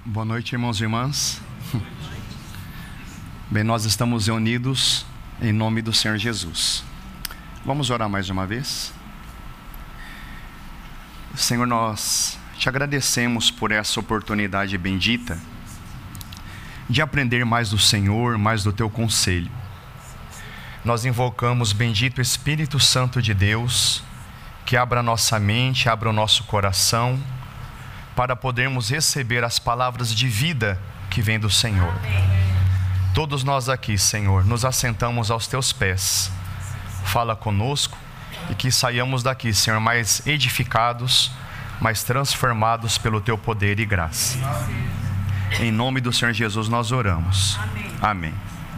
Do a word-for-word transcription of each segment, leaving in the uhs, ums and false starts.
Boa noite, irmãos e irmãs. Bem, nós estamos reunidos em nome do Senhor Jesus. Vamos orar mais uma vez? Senhor, nós te agradecemos por essa oportunidade bendita de aprender mais do Senhor, mais do teu conselho. Nós invocamos, bendito Espírito Santo de Deus, que abra a nossa mente, abra o nosso coração, para podermos receber as palavras de vida que vem do Senhor. Amém. Todos nós aqui, Senhor, nos assentamos aos teus pés. Fala conosco e que saiamos daqui, Senhor, mais edificados, mais transformados pelo teu poder e graça. Em nome do Senhor Jesus nós oramos. Amém. Amém.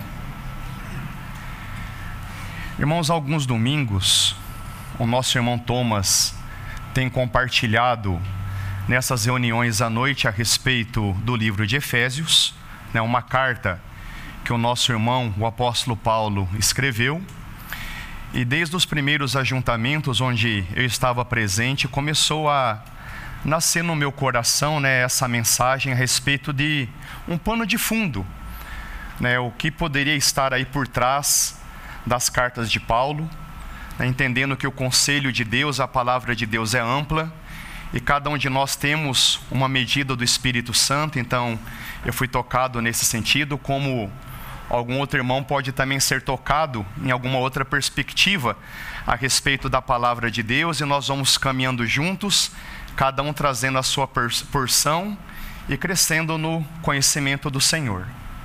Irmãos, há alguns domingos, o nosso irmão Thomas tem compartilhado nessas reuniões à noite a respeito do livro de Efésios, né, uma carta que o nosso irmão, o apóstolo Paulo, escreveu. E desde os primeiros ajuntamentos onde eu estava presente, começou a nascer no meu coração, né, essa mensagem a respeito de um pano de fundo, né, o que poderia estar aí por trás das cartas de Paulo, né, entendendo que o conselho de Deus, a palavra de Deus é ampla, e cada um de nós temos uma medida do Espírito Santo. Então eu fui tocado nesse sentido, como algum outro irmão pode também ser tocado em alguma outra perspectiva a respeito da palavra de Deus, e nós vamos caminhando juntos, cada um trazendo a sua porção e crescendo no conhecimento do Senhor.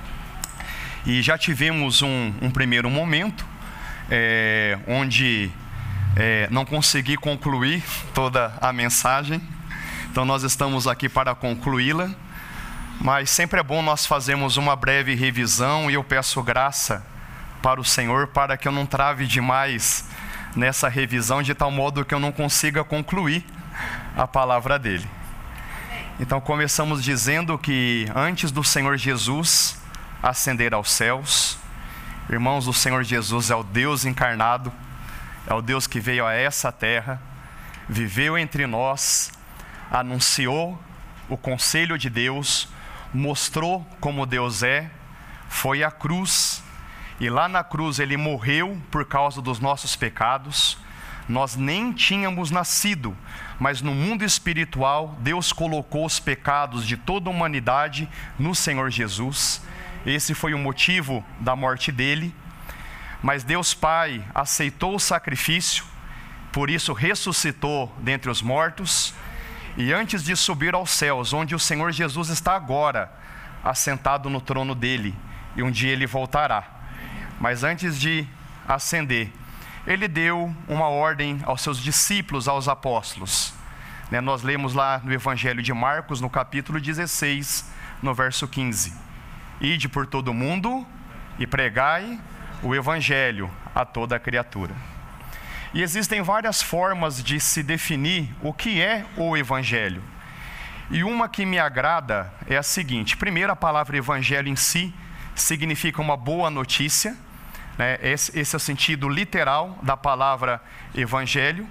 E já tivemos um, um primeiro momento é, onde É, não consegui concluir toda a mensagem, então nós estamos aqui para concluí-la, mas sempre é bom nós fazermos uma breve revisão, e eu peço graça para o Senhor para que eu não trave demais nessa revisão, de tal modo que eu não consiga concluir a palavra dele. Então começamos dizendo que antes do Senhor Jesus ascender aos céus, irmãos, o Senhor Jesus é o Deus encarnado, é o Deus que veio a essa terra, viveu entre nós, anunciou o conselho de Deus, mostrou como Deus é, foi à cruz, e lá na cruz ele morreu por causa dos nossos pecados. Nós nem tínhamos nascido, mas no mundo espiritual Deus colocou os pecados de toda a humanidade no Senhor Jesus. Esse foi o motivo da morte dele. Mas Deus Pai aceitou o sacrifício, por isso ressuscitou dentre os mortos, e antes de subir aos céus, onde o Senhor Jesus está agora, assentado no trono dele, e um dia ele voltará. Mas antes de ascender, ele deu uma ordem aos seus discípulos, aos apóstolos. Né, nós lemos lá no Evangelho de Marcos, no capítulo dezesseis, no verso quinze. Ide por todo o mundo e pregai o Evangelho a toda a criatura. E existem várias formas de se definir o que é o Evangelho. E uma que me agrada é a seguinte: primeiro, a palavra Evangelho em si significa uma boa notícia, né? esse, esse é o sentido literal da palavra Evangelho.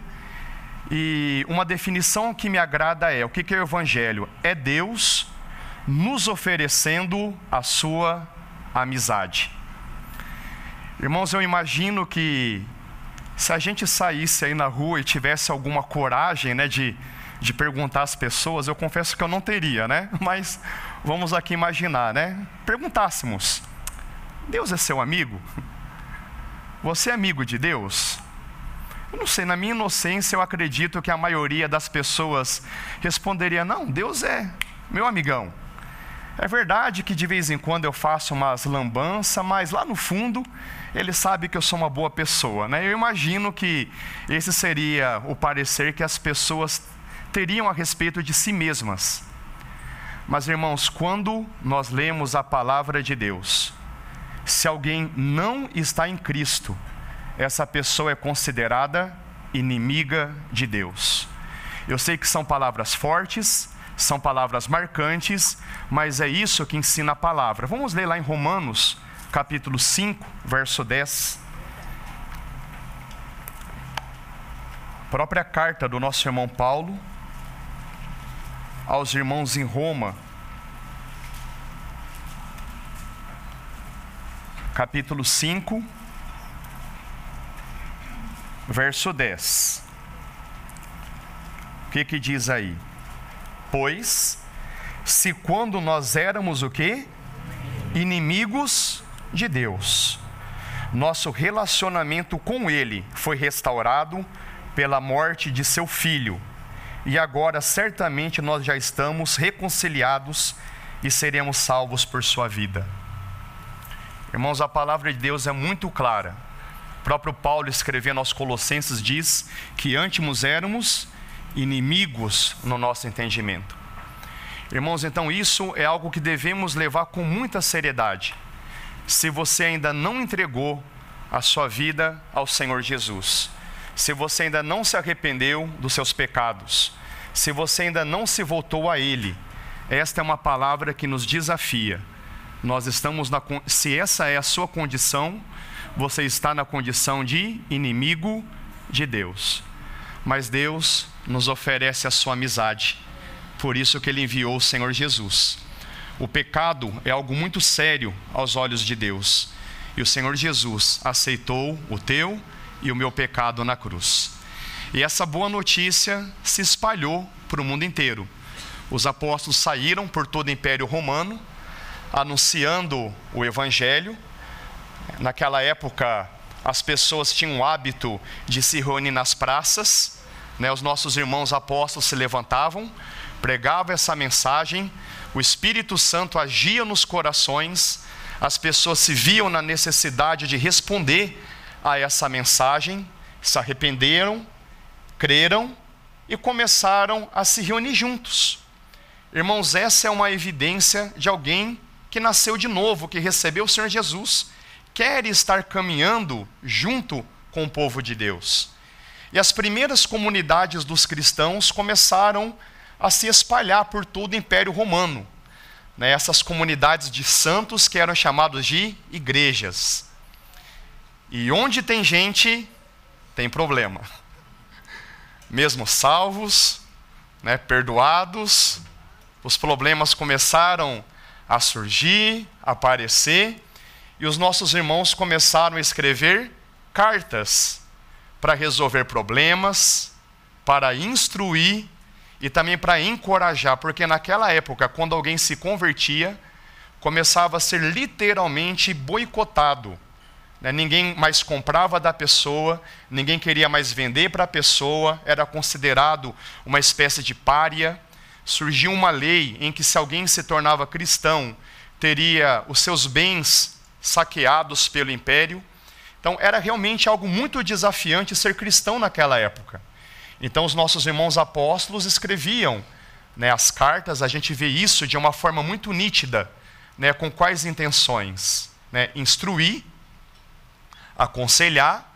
E uma definição que me agrada é: o que é o Evangelho? É Deus nos oferecendo a sua amizade. Irmãos, eu imagino que se a gente saísse aí na rua e tivesse alguma coragem, né, de, de perguntar às pessoas, eu confesso que eu não teria, né? Mas vamos aqui imaginar, né? Perguntássemos: Deus é seu amigo? Você é amigo de Deus? Eu não sei, na minha inocência eu acredito que a maioria das pessoas responderia: não, Deus é meu amigão. É verdade que de vez em quando eu faço umas lambanças, mas lá no fundo ele sabe que eu sou uma boa pessoa, né? Eu imagino que esse seria o parecer que as pessoas teriam a respeito de si mesmas. Mas, irmãos, quando nós lemos a palavra de Deus, se alguém não está em Cristo, essa pessoa é considerada inimiga de Deus. Eu sei que são palavras fortes, são palavras marcantes, mas é isso que ensina a palavra. Vamos ler lá em Romanos, capítulo cinco, verso dez. Própria carta do nosso irmão Paulo aos irmãos em Roma, capítulo cinco, verso dez. O que que diz aí? Pois, se quando nós éramos o quê? Inimigos de Deus, nosso relacionamento com Ele foi restaurado pela morte de seu Filho, e agora certamente nós já estamos reconciliados e seremos salvos por sua vida. Irmãos, a palavra de Deus é muito clara. O próprio Paulo, escrevendo aos Colossenses, diz que antes éramos inimigos no nosso entendimento. Irmãos, então isso é algo que devemos levar com muita seriedade. Se você ainda não entregou a sua vida ao Senhor Jesus, se você ainda não se arrependeu dos seus pecados, se você ainda não se voltou a Ele, esta é uma palavra que nos desafia. Nós estamos na, se essa é a sua condição, você está na condição de inimigo de Deus. Mas Deus nos oferece a sua amizade, por isso que Ele enviou o Senhor Jesus. O pecado é algo muito sério aos olhos de Deus, e o Senhor Jesus aceitou o teu e o meu pecado na cruz. E essa boa notícia se espalhou para o mundo inteiro. Os apóstolos saíram por todo o Império Romano, anunciando o Evangelho. Naquela época, as pessoas tinham o hábito de se reunir nas praças, né? Os nossos irmãos apóstolos se levantavam, pregavam essa mensagem, o Espírito Santo agia nos corações, as pessoas se viam na necessidade de responder a essa mensagem, se arrependeram, creram e começaram a se reunir juntos. Irmãos, essa é uma evidência de alguém que nasceu de novo, que recebeu o Senhor Jesus, quer estar caminhando junto com o povo de Deus. E as primeiras comunidades dos cristãos começaram a se espalhar por todo o Império Romano, né? Essas comunidades de santos que eram chamados de igrejas. E onde tem gente, tem problema. Mesmo salvos, né, perdoados, os problemas começaram a surgir, a aparecer, e os nossos irmãos começaram a escrever cartas para resolver problemas, para instruir e também para encorajar, porque naquela época, quando alguém se convertia, começava a ser literalmente boicotado. Né? Ninguém mais comprava da pessoa, ninguém queria mais vender para a pessoa, era considerado uma espécie de pária. Surgiu uma lei em que se alguém se tornava cristão, teria os seus bens saqueados pelo império. Então era realmente algo muito desafiante ser cristão naquela época. Então os nossos irmãos apóstolos escreviam, né, as cartas, a gente vê isso de uma forma muito nítida, né, com quais intenções? Né, instruir, aconselhar,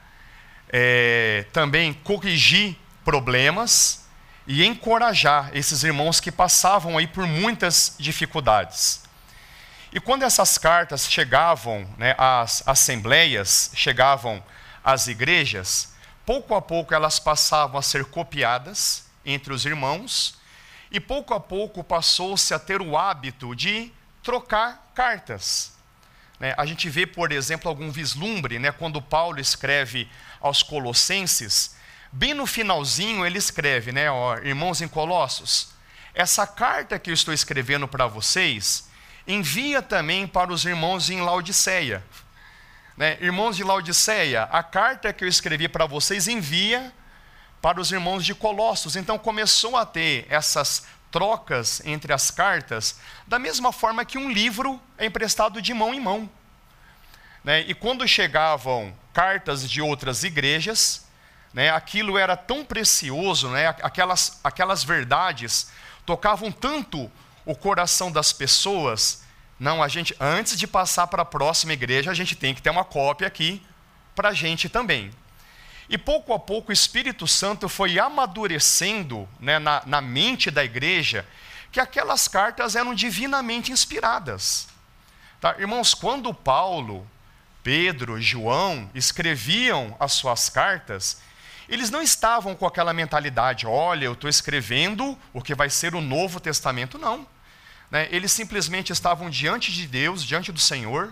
é, também corrigir problemas e encorajar esses irmãos que passavam aí por muitas dificuldades. E quando essas cartas chegavam, né, às assembleias, chegavam às igrejas, pouco a pouco elas passavam a ser copiadas entre os irmãos, e pouco a pouco passou-se a ter o hábito de trocar cartas. Né, a gente vê, por exemplo, algum vislumbre, né, quando Paulo escreve aos Colossenses, bem no finalzinho ele escreve, né, ó, irmãos em Colossos, essa carta que eu estou escrevendo para vocês, envia também para os irmãos em Laodiceia. Né? Irmãos de Laodiceia, a carta que eu escrevi para vocês envia para os irmãos de Colossos. Então começou a ter essas trocas entre as cartas, da mesma forma que um livro é emprestado de mão em mão. Né? E quando chegavam cartas de outras igrejas, né, aquilo era tão precioso, né, aquelas, aquelas verdades tocavam tanto o coração das pessoas. Não, a gente, antes de passar para a próxima igreja, a gente tem que ter uma cópia aqui para a gente também. E pouco a pouco o Espírito Santo foi amadurecendo, né, na, na mente da igreja, que aquelas cartas eram divinamente inspiradas. Tá? Irmãos, quando Paulo, Pedro, João escreviam as suas cartas, eles não estavam com aquela mentalidade, olha, eu estou escrevendo o que vai ser o Novo Testamento, não. Né? Eles simplesmente estavam diante de Deus, diante do Senhor,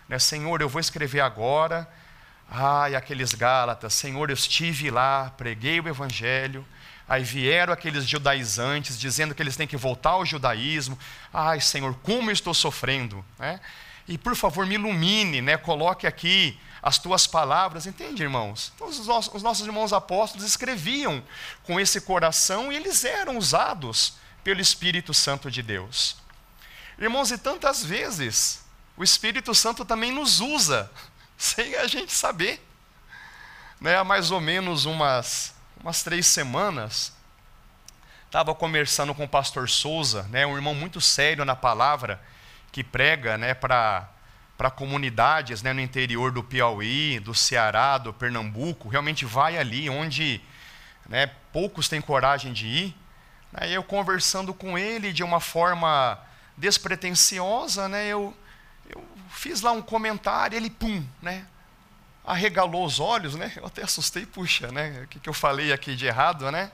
né? Senhor, eu vou escrever agora. Ai, aqueles Gálatas, Senhor, eu estive lá, preguei o evangelho. Aí vieram aqueles judaizantes dizendo que eles têm que voltar ao judaísmo. Ai, Senhor, como eu estou sofrendo, né? E por favor, me ilumine, né? Coloque aqui as tuas palavras. Entende, irmãos? Então, os, nossos, os nossos irmãos apóstolos escreviam com esse coração e eles eram usados pelo Espírito Santo de Deus. Irmãos, e tantas vezes o Espírito Santo também nos usa, sem a gente saber. Né? Há mais ou menos umas, umas três semanas, estava conversando com o pastor Souza, né? Um irmão muito sério na palavra, que prega, né, para para comunidades, né, no interior do Piauí, do Ceará, do Pernambuco. Realmente vai ali onde, né, poucos têm coragem de ir. Aí eu conversando com ele de uma forma despretensiosa, né, eu, eu fiz lá um comentário, ele pum, né, arregalou os olhos, né, eu até assustei, puxa, né, o que, que eu falei aqui de errado, né?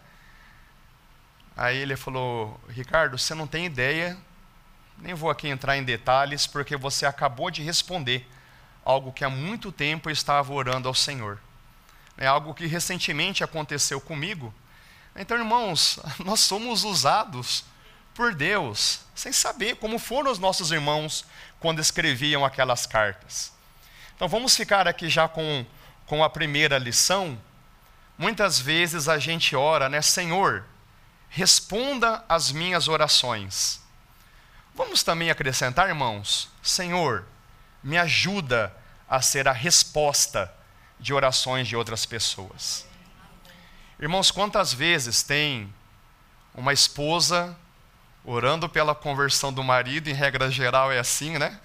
Aí ele falou, Ricardo, você não tem ideia, nem vou aqui entrar em detalhes, porque você acabou de responder algo que há muito tempo eu estava orando ao Senhor. É algo que recentemente aconteceu comigo. Então, irmãos, nós somos usados por Deus, sem saber como foram os nossos irmãos quando escreviam aquelas cartas. Então, vamos ficar aqui já com, com a primeira lição. Muitas vezes a gente ora, né? Senhor, responda às minhas orações. Vamos também acrescentar, irmãos, Senhor, me ajuda a ser a resposta de orações de outras pessoas. Irmãos, quantas vezes tem uma esposa orando pela conversão do marido, em regra geral é assim, né?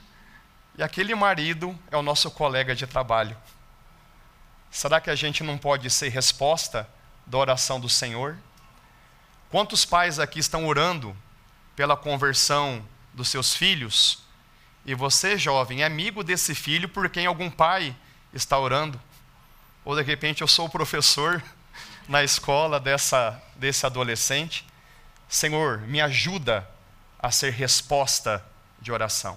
E aquele marido é o nosso colega de trabalho. Será que a gente não pode ser resposta da oração do Senhor? Quantos pais aqui estão orando pela conversão dos seus filhos, e você, jovem, é amigo desse filho por quem algum pai está orando? Ou de repente eu sou o professor na escola dessa, desse adolescente. Senhor, me ajuda a ser resposta de oração.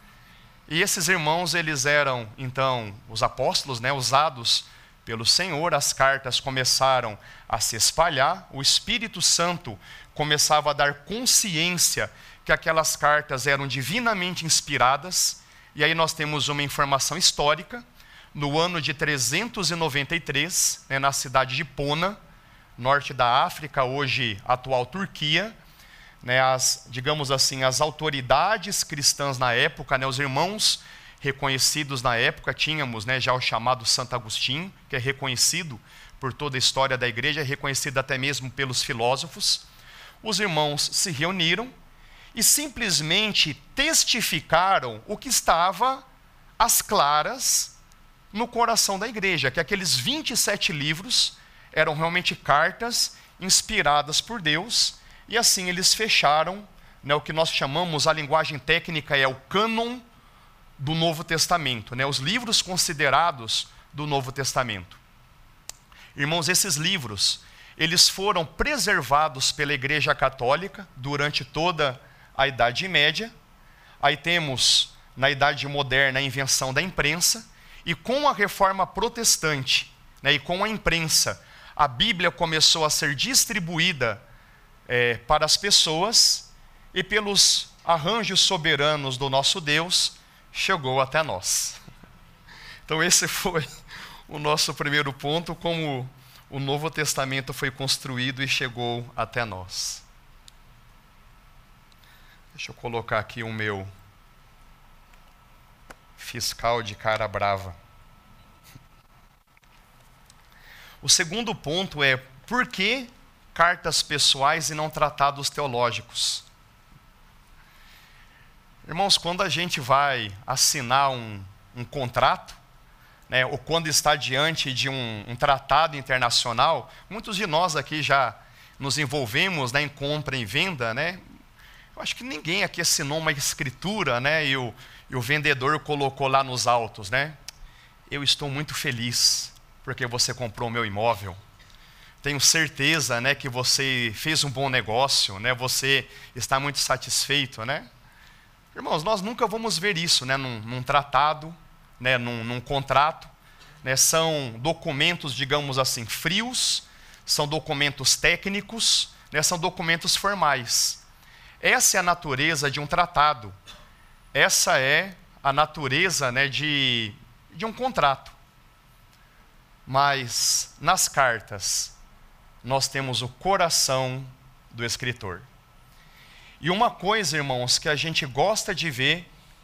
E esses irmãos, eles eram, então, os apóstolos, né, usados pelo Senhor. As cartas começaram a se espalhar, o Espírito Santo começava a dar consciência que aquelas cartas eram divinamente inspiradas. E aí nós temos uma informação histórica. No ano de trezentos e noventa e três, né, na cidade de Pona, norte da África, hoje atual Turquia, né, as, digamos assim, as autoridades cristãs na época, né, os irmãos reconhecidos na época, tínhamos, né, já o chamado Santo Agostinho, que é reconhecido por toda a história da igreja, é reconhecido até mesmo pelos filósofos. Os irmãos se reuniram e simplesmente testificaram o que estava às claras no coração da igreja, que aqueles vinte e sete livros eram realmente cartas inspiradas por Deus, e assim eles fecharam, né, o que nós chamamos, a linguagem técnica é o cânon do Novo Testamento, né, os livros considerados do Novo Testamento. Irmãos, esses livros, eles foram preservados pela Igreja Católica durante toda a Idade Média. Aí temos, na Idade Moderna, a invenção da imprensa, e com a Reforma Protestante, né, e com a imprensa, a Bíblia começou a ser distribuída é, para as pessoas, e pelos arranjos soberanos do nosso Deus, chegou até nós. Então esse foi o nosso primeiro ponto, como o Novo Testamento foi construído e chegou até nós. Deixa eu colocar aqui o meu fiscal de cara brava. O segundo ponto é, por que cartas pessoais e não tratados teológicos? Irmãos, quando a gente vai assinar um, um contrato, né, ou quando está diante de um, um tratado internacional, muitos de nós aqui já nos envolvemos, né, em compra e venda, né? Eu acho que ninguém aqui assinou uma escritura, né, e o, e o vendedor colocou lá nos autos, né? Eu estou muito feliz porque você comprou o meu imóvel. Tenho certeza, né, que você fez um bom negócio, né? Você está muito satisfeito, né? Irmãos, nós nunca vamos ver isso, né, num, num tratado, né, num, num contrato. Né, são documentos, digamos assim, frios, são documentos técnicos, né, são documentos formais. Essa é a natureza de um tratado. Essa é a natureza, né, de, de um contrato. Mas nas cartas, nós temos o coração do escritor. E uma coisa, irmãos, que a gente gosta de ver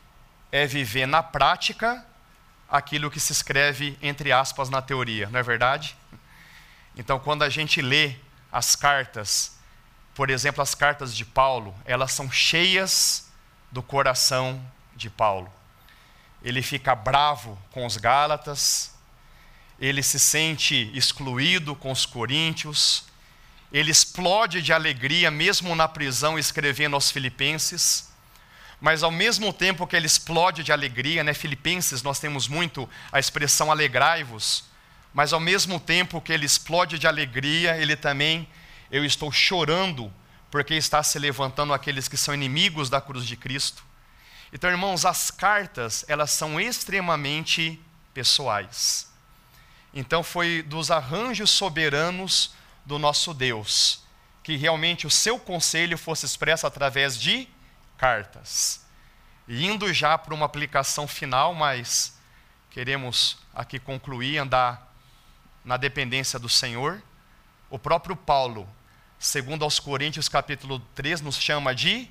é viver na prática aquilo que se escreve, entre aspas, na teoria, não é verdade? Então, quando a gente lê as cartas, por exemplo, as cartas de Paulo, elas são cheias do coração de Paulo. Ele fica bravo com os Gálatas, ele se sente excluído com os coríntios, ele explode de alegria mesmo na prisão escrevendo aos filipenses, mas ao mesmo tempo que ele explode de alegria, né, Filipenses nós temos muito a expressão alegrai-vos, mas ao mesmo tempo que ele explode de alegria, ele também, eu estou chorando porque está se levantando aqueles que são inimigos da cruz de Cristo. Então, irmãos, as cartas, elas são extremamente pessoais. Então foi dos arranjos soberanos do nosso Deus, que realmente o seu conselho fosse expresso através de cartas. E indo já para uma aplicação final, mas queremos aqui concluir, andar na dependência do Senhor. O próprio Paulo, segundo aos Coríntios capítulo três, nos chama de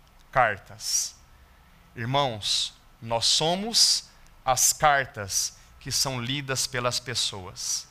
cartas. Irmãos, nós somos as cartas que são lidas pelas pessoas.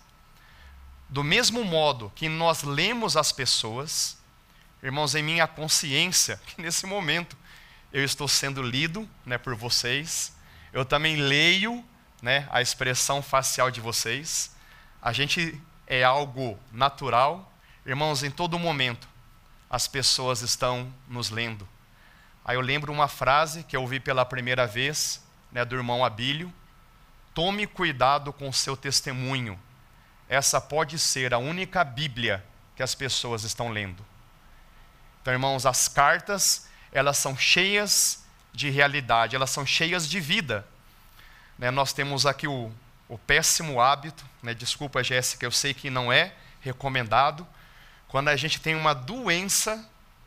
Do mesmo modo que nós lemos as pessoas, irmãos, em minha consciência, que nesse momento eu estou sendo lido, né, por vocês, eu também leio, né, a expressão facial de vocês, a gente é algo natural, irmãos, em todo momento as pessoas estão nos lendo. Aí eu lembro uma frase que eu ouvi pela primeira vez, né, do irmão Abílio: tome cuidado com o seu testemunho, essa pode ser a única Bíblia que as pessoas estão lendo. Então, irmãos, as cartas, elas são cheias de realidade, elas são cheias de vida. Né, nós temos aqui o, o péssimo hábito, né, desculpa, Jéssica, eu sei que não é recomendado, quando a gente tem uma doença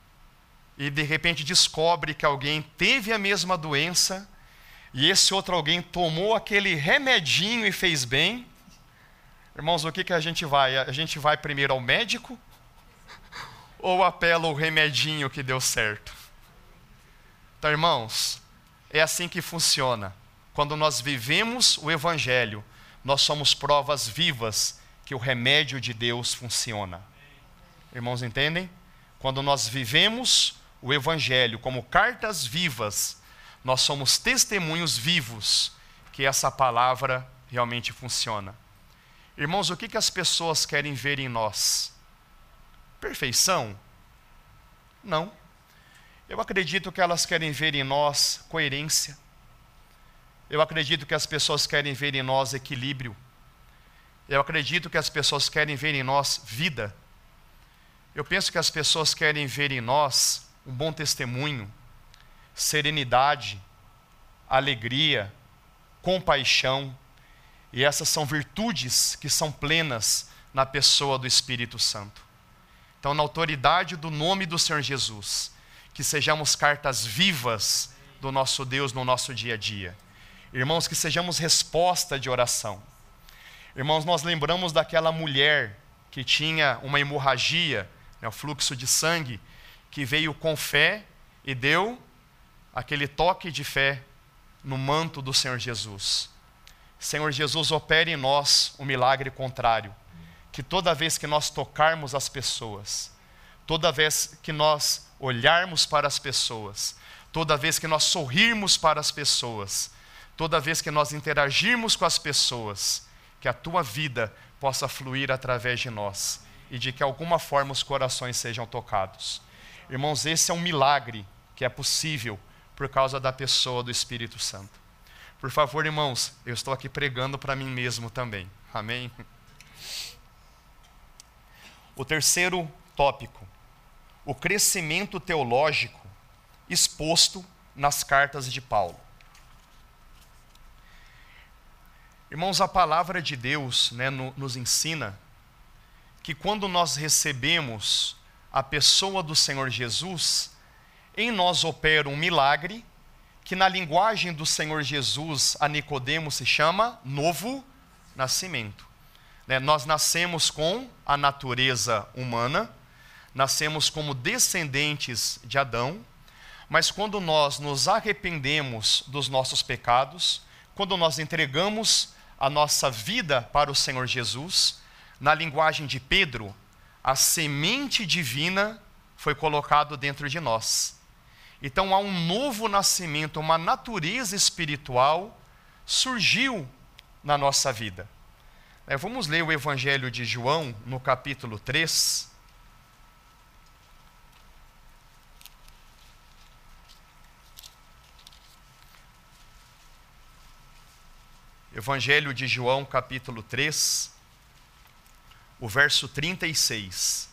e de repente descobre que alguém teve a mesma doença e esse outro alguém tomou aquele remedinho e fez bem. Irmãos, o que, que a gente vai? A gente vai primeiro ao médico ou apela ao remedinho que deu certo? Então, irmãos, é assim que funciona. Quando nós vivemos o Evangelho, nós somos provas vivas que o remédio de Deus funciona. Irmãos, entendem? Quando nós vivemos o Evangelho como cartas vivas, nós somos testemunhos vivos que essa palavra realmente funciona. Irmãos, o que, que as pessoas querem ver em nós? Perfeição? Não. Eu acredito que elas querem ver em nós coerência. Eu acredito que as pessoas querem ver em nós equilíbrio. Eu acredito que as pessoas querem ver em nós vida. Eu penso que as pessoas querem ver em nós um bom testemunho, serenidade, alegria, compaixão. E essas são virtudes que são plenas na pessoa do Espírito Santo. Então, na autoridade do nome do Senhor Jesus, que sejamos cartas vivas do nosso Deus no nosso dia a dia. Irmãos, que sejamos resposta de oração. Irmãos, nós lembramos daquela mulher que tinha uma hemorragia, né, o fluxo de sangue, que veio com fé e deu aquele toque de fé no manto do Senhor Jesus. Senhor Jesus, opere em nós o milagre contrário, que toda vez que nós tocarmos as pessoas, toda vez que nós olharmos para as pessoas, toda vez que nós sorrirmos para as pessoas, toda vez que nós interagirmos com as pessoas, que a tua vida possa fluir através de nós e de que alguma forma os corações sejam tocados. Irmãos, esse é um milagre que é possível por causa da pessoa do Espírito Santo. Por favor, irmãos, eu estou aqui pregando para mim mesmo também. Amém? O terceiro tópico, o crescimento teológico exposto nas cartas de Paulo. Irmãos, a palavra de Deus, né, no, nos ensina que quando nós recebemos a pessoa do Senhor Jesus, em nós opera um milagre, que na linguagem do Senhor Jesus a Nicodemo se chama novo nascimento. Né, nós nascemos com a natureza humana, nascemos como descendentes de Adão, mas quando nós nos arrependemos dos nossos pecados, quando nós entregamos a nossa vida para o Senhor Jesus, na linguagem de Pedro, a semente divina foi colocada dentro de nós. Então há um novo nascimento, uma natureza espiritual surgiu na nossa vida. É, vamos ler o Evangelho de João, no capítulo três. Evangelho de João, capítulo três, o verso trinta e seis.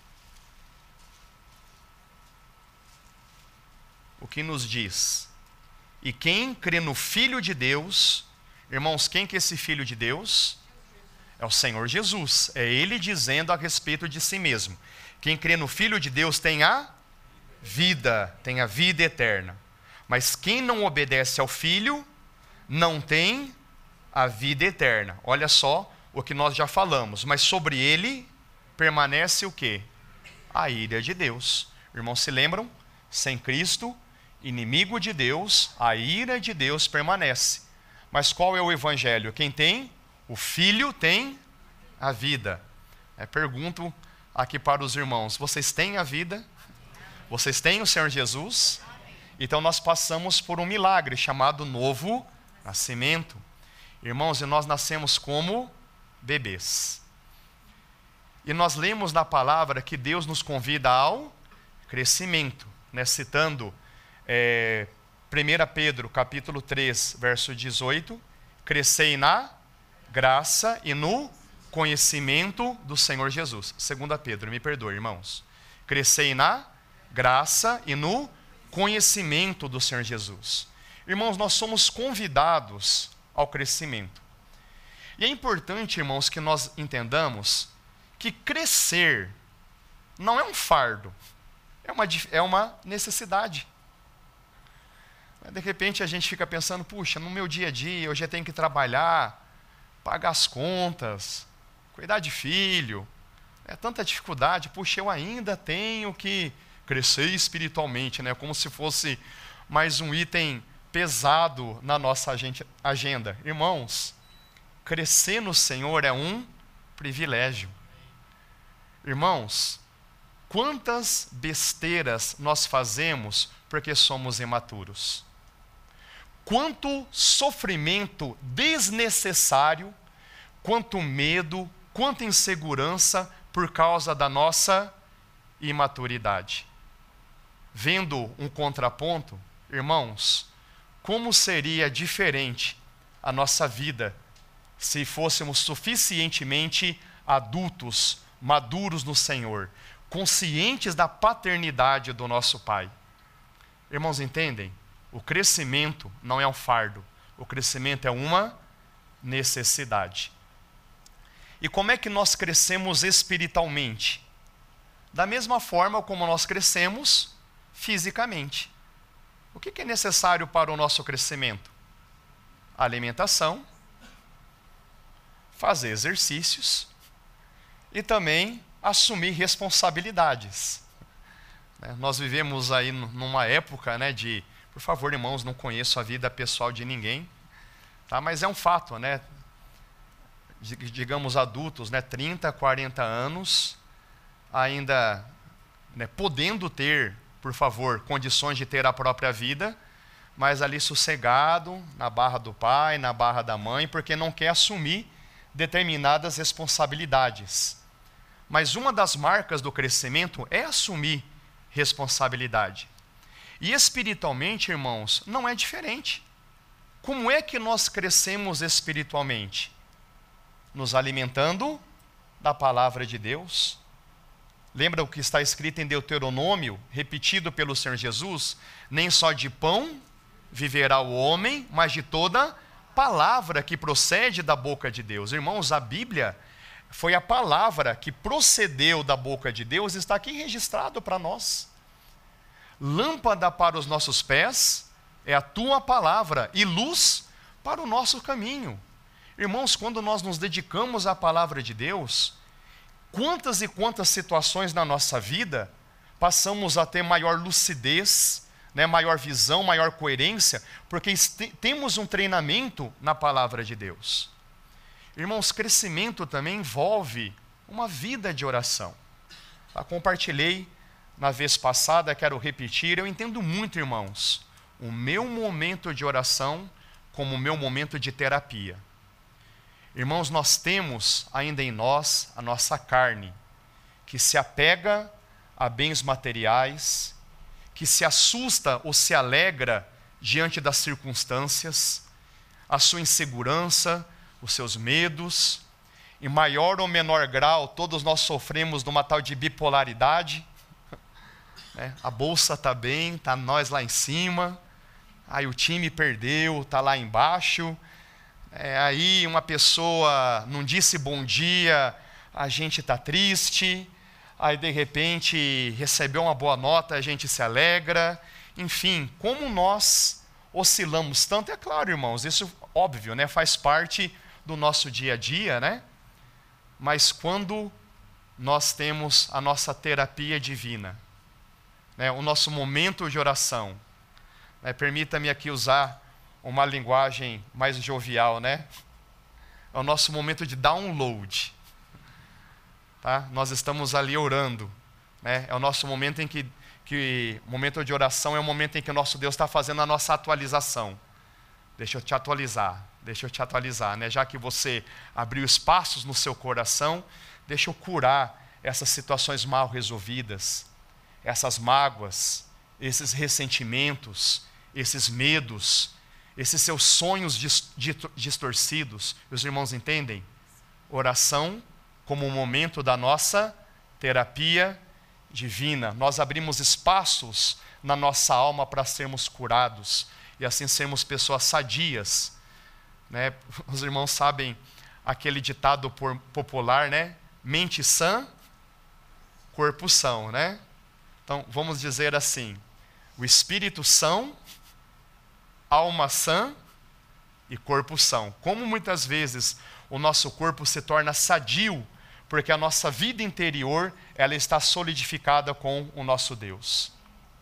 O que nos diz? E quem crê no Filho de Deus, irmãos, quem que é esse Filho de Deus? É o Senhor Jesus, é Ele dizendo a respeito de si mesmo. Quem crê no Filho de Deus tem a vida, tem a vida eterna. Mas quem não obedece ao Filho, não tem a vida eterna. Olha só o que nós já falamos, mas sobre ele permanece o quê? A ira de Deus. Irmãos, se lembram? Sem Cristo, inimigo de Deus, a ira de Deus permanece. Mas qual é o Evangelho? Quem tem? O Filho tem a vida. É, pergunto aqui para os irmãos, vocês têm a vida? Vocês têm o Senhor Jesus? Então nós passamos por um milagre chamado novo nascimento. Irmãos, e nós nascemos como bebês. E nós lemos na palavra que Deus nos convida ao crescimento, né? Citando é, primeira Pedro, capítulo três, verso dezoito, crescei na graça e no conhecimento do Senhor Jesus. segunda Pedro, me perdoe, irmãos. Crescei na graça e no conhecimento do Senhor Jesus. Irmãos, nós somos convidados ao crescimento. E é importante, irmãos, que nós entendamos que crescer não é um fardo, é uma, é uma necessidade. De repente a gente fica pensando, puxa, no meu dia a dia eu já tenho que trabalhar, pagar as contas, cuidar de filho, é tanta dificuldade, puxa, eu ainda tenho que crescer espiritualmente, né? Como se fosse mais um item pesado na nossa agenda. Irmãos, crescer no Senhor é um privilégio. Irmãos, quantas besteiras nós fazemos porque somos imaturos? Quanto sofrimento desnecessário, quanto medo, quanta insegurança por causa da nossa imaturidade. Vendo um contraponto, irmãos, como seria diferente a nossa vida se fôssemos suficientemente adultos, maduros no Senhor, conscientes da paternidade do nosso Pai. Irmãos, entendem? O crescimento não é um fardo, o crescimento é uma necessidade. E como é que nós crescemos espiritualmente? Da mesma forma como nós crescemos fisicamente. O que é necessário para o nosso crescimento? Alimentação, fazer exercícios e também assumir responsabilidades. Nós vivemos aí numa época, né, de, por favor, irmãos, não conheço a vida pessoal de ninguém, tá? Mas é um fato, né? Digamos adultos, né, trinta, quarenta anos, ainda, né, podendo ter, por favor, condições de ter a própria vida, mas ali sossegado, na barra do pai, na barra da mãe, porque não quer assumir determinadas responsabilidades. Mas uma das marcas do crescimento é assumir responsabilidade. E espiritualmente, irmãos, não é diferente. Como é que nós crescemos espiritualmente? Nos alimentando da palavra de Deus, Lembra o que está escrito em Deuteronômio, repetido pelo Senhor Jesus? Nem só de pão viverá o homem, mas de toda palavra que procede da boca de Deus. Irmãos, a Bíblia foi a palavra que procedeu da boca de Deus, está aqui registrado para nós. Lâmpada para os nossos pés é a tua palavra e luz para o nosso caminho. Irmãos, quando nós nos dedicamos à palavra de Deus, quantas e quantas situações na nossa vida passamos a ter maior lucidez, né, maior visão, maior coerência, porque temos um treinamento na palavra de Deus. Irmãos, crescimento também envolve uma vida de oração. Eu compartilhei na vez passada, quero repetir, eu entendo muito, irmãos, o meu momento de oração como o meu momento de terapia. Irmãos, nós temos ainda em nós a nossa carne, que se apega a bens materiais, que se assusta ou se alegra diante das circunstâncias, a sua insegurança, os seus medos. Em maior ou menor grau, todos nós sofremos de uma tal de bipolaridade. Né? A bolsa está bem, está nós lá em cima. Aí o time perdeu, está lá embaixo. É, aí uma pessoa não disse bom dia, a gente está triste. Aí de repente recebeu uma boa nota, a gente se alegra. Enfim, como nós oscilamos tanto, é claro, irmãos, isso óbvio, né? Faz parte do nosso dia a dia, né? Mas quando nós temos a nossa terapia divina, né? O nosso momento de oração, né? Permita-me aqui usar uma linguagem mais jovial, né? É o nosso momento de download. Tá? Nós estamos ali orando, né? É o nosso momento em que, que, o momento de oração é o momento em que o nosso Deus está fazendo a nossa atualização. Deixa eu te atualizar, deixa eu te atualizar, né? Já que você abriu espaços no seu coração, deixa eu curar essas situações mal resolvidas, essas mágoas, esses ressentimentos, esses medos, esses seus sonhos distorcidos. Os irmãos entendem? Oração como um momento da nossa terapia divina. Nós abrimos espaços na nossa alma para sermos curados e assim sermos pessoas sadias. Né? Os irmãos sabem aquele ditado popular, né? Mente sã, corpo são, né? Então, vamos dizer assim, o espírito são, alma sã e corpo são. Como muitas vezes o nosso corpo se torna sadio, porque a nossa vida interior, ela está solidificada com o nosso Deus.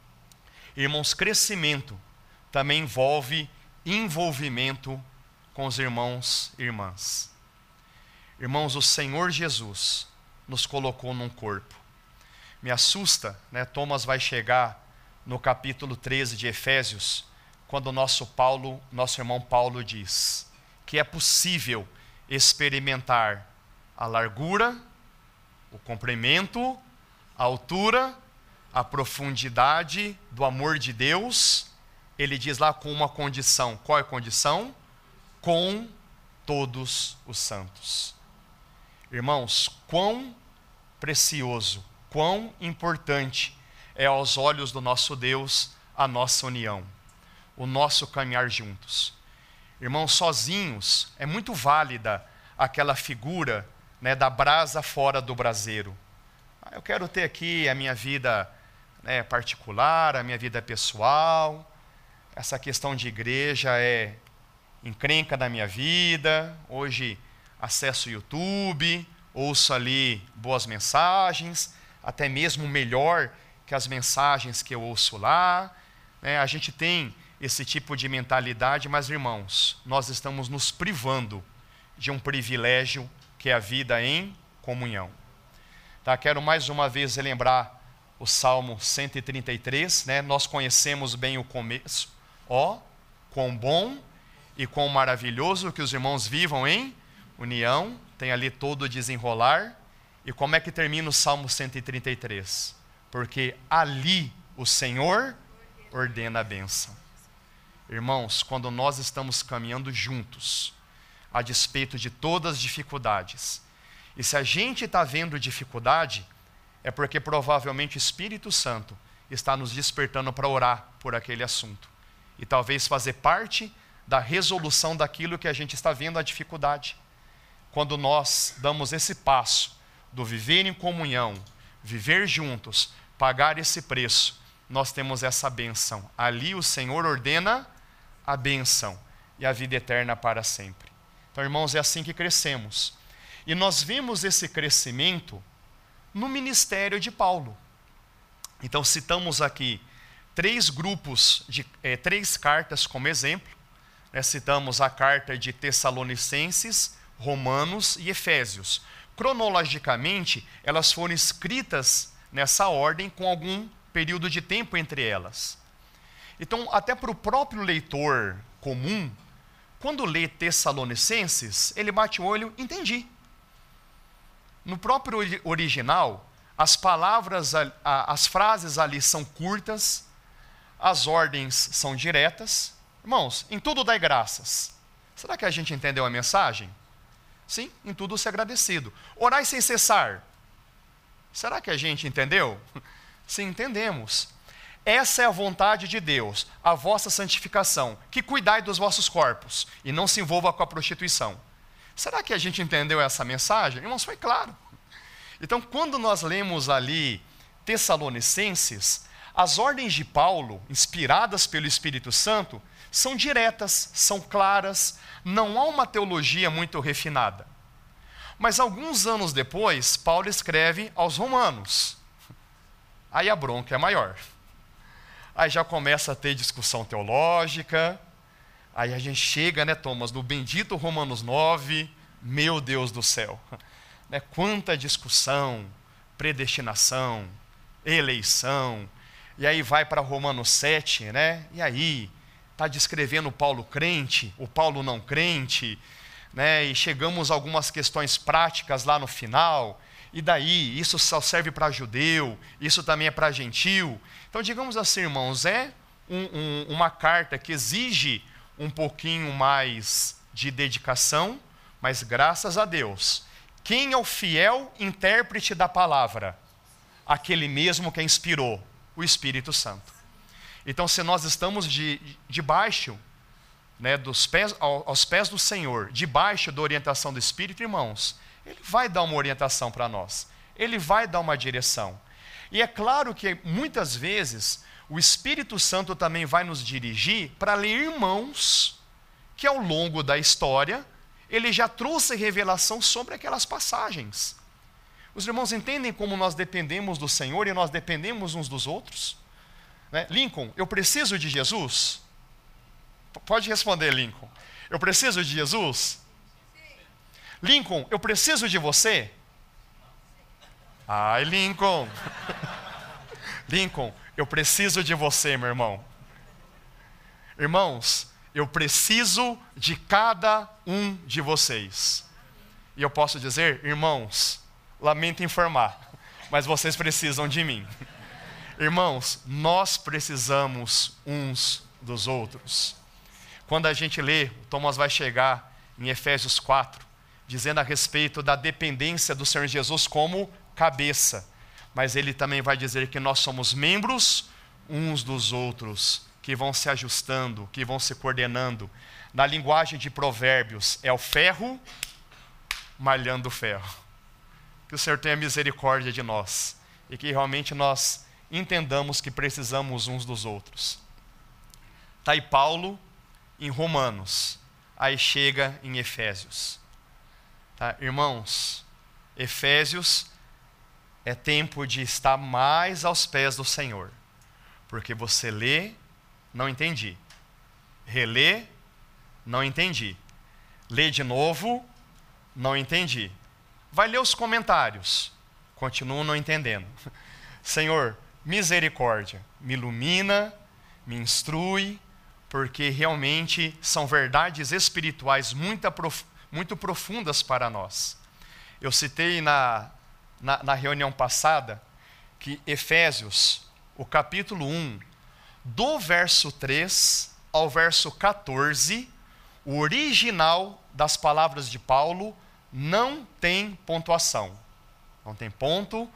Irmãos, crescimento também envolve envolvimento com os irmãos e irmãs. Irmãos, o Senhor Jesus nos colocou num corpo. Me assusta, né? Thomas vai chegar no capítulo treze de Efésios, quando o nosso Paulo, nosso irmão Paulo diz que é possível experimentar a largura, o comprimento, a altura, a profundidade do amor de Deus. Ele diz lá com uma condição. Qual é a condição? Com todos os santos. Irmãos, quão precioso, quão importante é aos olhos do nosso Deus a nossa união, o nosso caminhar juntos. Irmãos, sozinhos é muito válida aquela figura, né, da brasa fora do braseiro. Ah, eu quero ter aqui a minha vida, né, particular, a minha vida pessoal. Essa questão de igreja é encrenca na minha vida. Hoje acesso o YouTube, ouço ali boas mensagens, até mesmo melhor que as mensagens que eu ouço lá. Né? A gente tem esse tipo de mentalidade, mas irmãos, nós estamos nos privando de um privilégio que é a vida em comunhão. Tá? Quero mais uma vez relembrar o Salmo cento e trinta e três, né? Nós conhecemos bem o começo. Ó, oh, quão bom e quão maravilhoso que os irmãos vivam em união, tem ali todo o desenrolar. E como é que termina o Salmo cento e trinta e três? Porque ali o Senhor ordena a bênção. Irmãos, quando nós estamos caminhando juntos, a despeito de todas as dificuldades, e se a gente está vendo dificuldade, é porque provavelmente o Espírito Santo está nos despertando para orar por aquele assunto. E talvez fazer parte da resolução daquilo que a gente está vendo a dificuldade. Quando nós damos esse passo do viver em comunhão, viver juntos, pagar esse preço, nós temos essa bênção. Ali o Senhor ordena a bênção e a vida eterna para sempre. Então, irmãos, é assim que crescemos. E nós vemos esse crescimento no ministério de Paulo. Então, citamos aqui três grupos, de, eh, três cartas como exemplo. Né? Citamos a carta de Tessalonicenses, Romanos e Efésios. Cronologicamente, elas foram escritas nessa ordem com algum período de tempo entre elas. Então, até para o próprio leitor comum, quando lê Tessalonicenses, ele bate o olho, entendi. No próprio original, as palavras, as frases ali são curtas, as ordens são diretas. Irmãos, em tudo dai graças. Será que a gente entendeu a mensagem? Sim, em tudo ser agradecido. Orai sem cessar. Será que a gente entendeu? Sim, entendemos. Essa é a vontade de Deus, a vossa santificação, que cuidai dos vossos corpos e não se envolva com a prostituição. Será que a gente entendeu essa mensagem? Irmãos, foi claro. Então, quando nós lemos ali Tessalonicenses, as ordens de Paulo, inspiradas pelo Espírito Santo, são diretas, são claras, não há uma teologia muito refinada. Mas alguns anos depois, Paulo escreve aos Romanos. Aí a bronca é maior. Aí já começa a ter discussão teológica. Aí a gente chega, né, Thomas, no bendito Romanos nove. Meu Deus do céu. Né, quanta discussão, predestinação, eleição. E aí vai para Romanos sete, né? E aí está descrevendo o Paulo crente, o Paulo não crente, né? E chegamos a algumas questões práticas lá no final. E daí, isso só serve para judeu, isso também é para gentil. Então, digamos assim, irmãos, é um, um, uma carta que exige um pouquinho mais de dedicação, mas graças a Deus, quem é o fiel intérprete da palavra? Aquele mesmo que a inspirou, o Espírito Santo. Então, se nós estamos de, debaixo, né, dos pés, aos pés do Senhor, debaixo da orientação do Espírito, irmãos, Ele vai dar uma orientação para nós. Ele vai dar uma direção. E é claro que muitas vezes o Espírito Santo também vai nos dirigir para ler irmãos que ao longo da história ele já trouxe revelação sobre aquelas passagens. Os irmãos entendem como nós dependemos do Senhor e nós dependemos uns dos outros? Né? Lincoln, eu preciso de Jesus? P- pode responder, Lincoln. Eu preciso de Jesus? Lincoln, eu preciso de você? Ai, Lincoln. Lincoln, eu preciso de você, meu irmão. Irmãos, eu preciso de cada um de vocês. E eu posso dizer, irmãos, lamento informar, mas vocês precisam de mim. Irmãos, nós precisamos uns dos outros. Quando a gente lê, Thomas vai chegar em Efésios quatro, dizendo a respeito da dependência do Senhor Jesus como cabeça. Mas ele também vai dizer que nós somos membros uns dos outros, que vão se ajustando, que vão se coordenando. Na linguagem de Provérbios, é o ferro malhando o ferro. Que o Senhor tenha misericórdia de nós e que realmente nós entendamos que precisamos uns dos outros. Está aí Paulo em Romanos, aí chega em Efésios. Tá? Irmãos, Efésios é tempo de estar mais aos pés do Senhor, porque você lê, não entendi, relê, não entendi, lê de novo, não entendi, vai ler os comentários, continuo não entendendo. Senhor, misericórdia, me ilumina, me instrui, porque realmente são verdades espirituais muito, aprof- muito profundas para nós. Eu citei na, na, na reunião passada que Efésios, o capítulo um, do verso três ao verso quatorze, o original das palavras de Paulo não tem pontuação. Não tem ponto,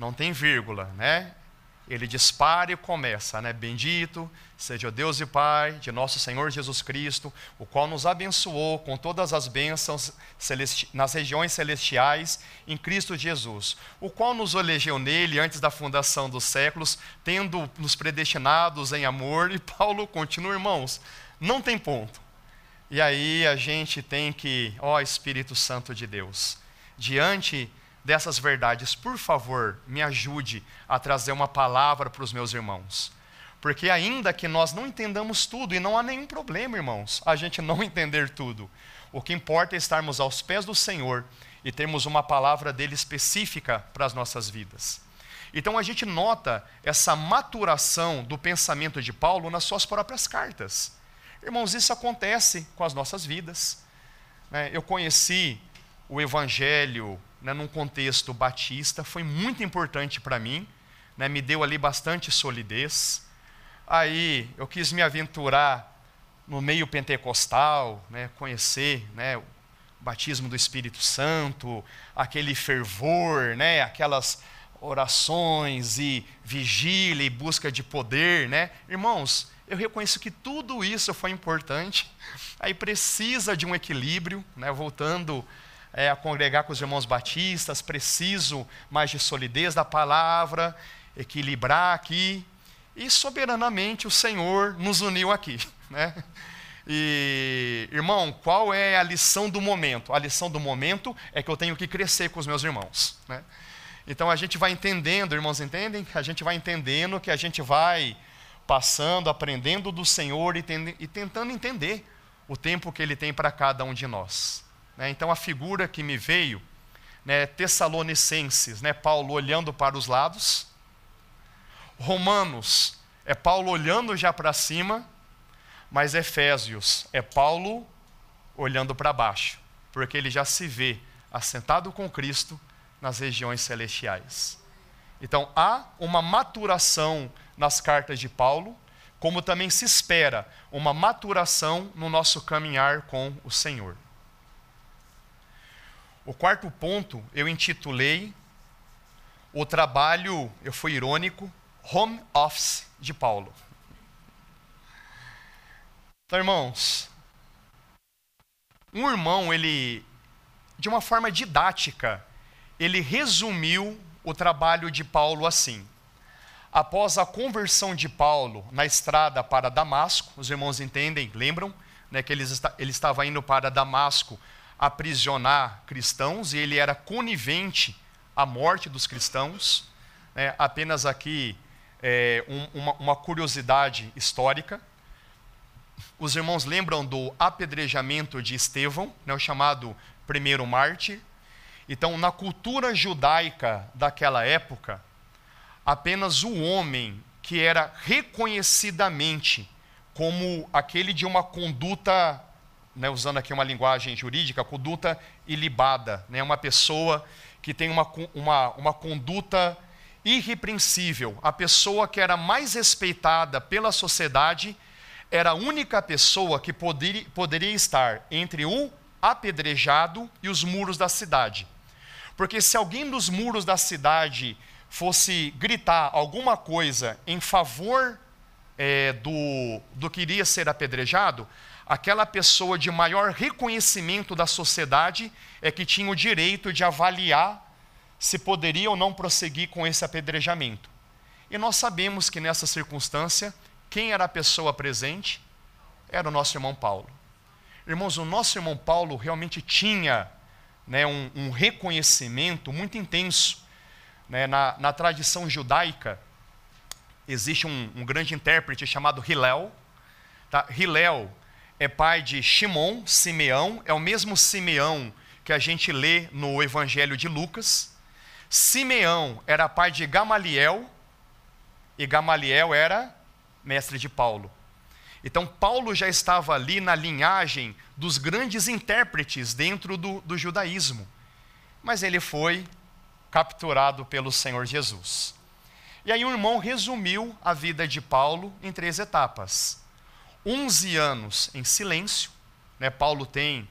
não tem vírgula, né? Ele dispara e começa, né? Bendito seja o Deus e Pai de nosso Senhor Jesus Cristo, o qual nos abençoou com todas as bênçãos celesti- nas regiões celestiais em Cristo Jesus, o qual nos elegeu nele antes da fundação dos séculos, tendo nos predestinados em amor. E Paulo continua, irmãos, não tem ponto. E aí a gente tem que, ó Espírito Santo de Deus, diante dessas verdades, por favor, me ajude a trazer uma palavra para os meus irmãos. Porque ainda que nós não entendamos tudo, e não há nenhum problema, irmãos, a gente não entender tudo, o que importa é estarmos aos pés do Senhor e termos uma palavra dele específica para as nossas vidas. Então a gente nota essa maturação do pensamento de Paulo nas suas próprias cartas. Irmãos, isso acontece com as nossas vidas. Eu conheci o Evangelho, né, num contexto batista, foi muito importante para mim, né, me deu ali bastante solidez. Aí eu quis me aventurar no meio pentecostal, né, conhecer, né, o batismo do Espírito Santo, aquele fervor, né, aquelas orações e vigília e busca de poder, né? Irmãos, eu reconheço que tudo isso foi importante. Aí precisa de um equilíbrio, né, voltando É, a congregar com os irmãos batistas, preciso mais de solidez da palavra, equilibrar aqui, e soberanamente o Senhor nos uniu aqui, né? E, irmão, qual é a lição do momento? A lição do momento é que eu tenho que crescer com os meus irmãos, né? Então a gente vai entendendo, irmãos, entendem? A gente vai entendendo que a gente vai passando, aprendendo do Senhor e, tend- e tentando entender o tempo que Ele tem para cada um de nós. Então a figura que me veio, né, Tessalonicenses, né, Paulo olhando para os lados. Romanos é Paulo olhando já para cima, mas Efésios é Paulo olhando para baixo, porque ele já se vê assentado com Cristo nas regiões celestiais. Então há uma maturação nas cartas de Paulo, como também se espera uma maturação no nosso caminhar com o Senhor. O quarto ponto eu intitulei o trabalho, eu fui irônico, home office de Paulo. Então, irmãos, um irmão, ele, de uma forma didática, ele resumiu o trabalho de Paulo assim. Após a conversão de Paulo na estrada para Damasco, os irmãos entendem, lembram, né, que ele, está, ele estava indo para Damasco aprisionar cristãos, e ele era conivente à morte dos cristãos. É, apenas aqui é, um, uma, uma curiosidade histórica. Os irmãos lembram do apedrejamento de Estevão, né, o chamado primeiro mártir. Então, na cultura judaica daquela época, apenas o homem que era reconhecidamente como aquele de uma conduta, né, usando aqui uma linguagem jurídica, conduta ilibada, né, uma pessoa que tem uma, uma, uma conduta irrepreensível, a pessoa que era mais respeitada pela sociedade, era a única pessoa que poderia, poderia estar entre o apedrejado e os muros da cidade. Porque se alguém dos muros da cidade fosse gritar alguma coisa em favor é, do, do que iria ser apedrejado, aquela pessoa de maior reconhecimento da sociedade é que tinha o direito de avaliar se poderia ou não prosseguir com esse apedrejamento. E nós sabemos que nessa circunstância, quem era a pessoa presente? Era o nosso irmão Paulo. Irmãos, o nosso irmão Paulo realmente tinha, né, um, um reconhecimento muito intenso. Né, na, na tradição judaica, existe um, um grande intérprete chamado Hillel. Tá? Hillel é pai de Shimon, Simeão, é o mesmo Simeão que a gente lê no Evangelho de Lucas. Simeão era pai de Gamaliel, e Gamaliel era mestre de Paulo. Então Paulo já estava ali na linhagem dos grandes intérpretes dentro do, do judaísmo. Mas ele foi capturado pelo Senhor Jesus. E aí o irmão resumiu a vida de Paulo em três etapas. onze anos em silêncio, né? Paulo tem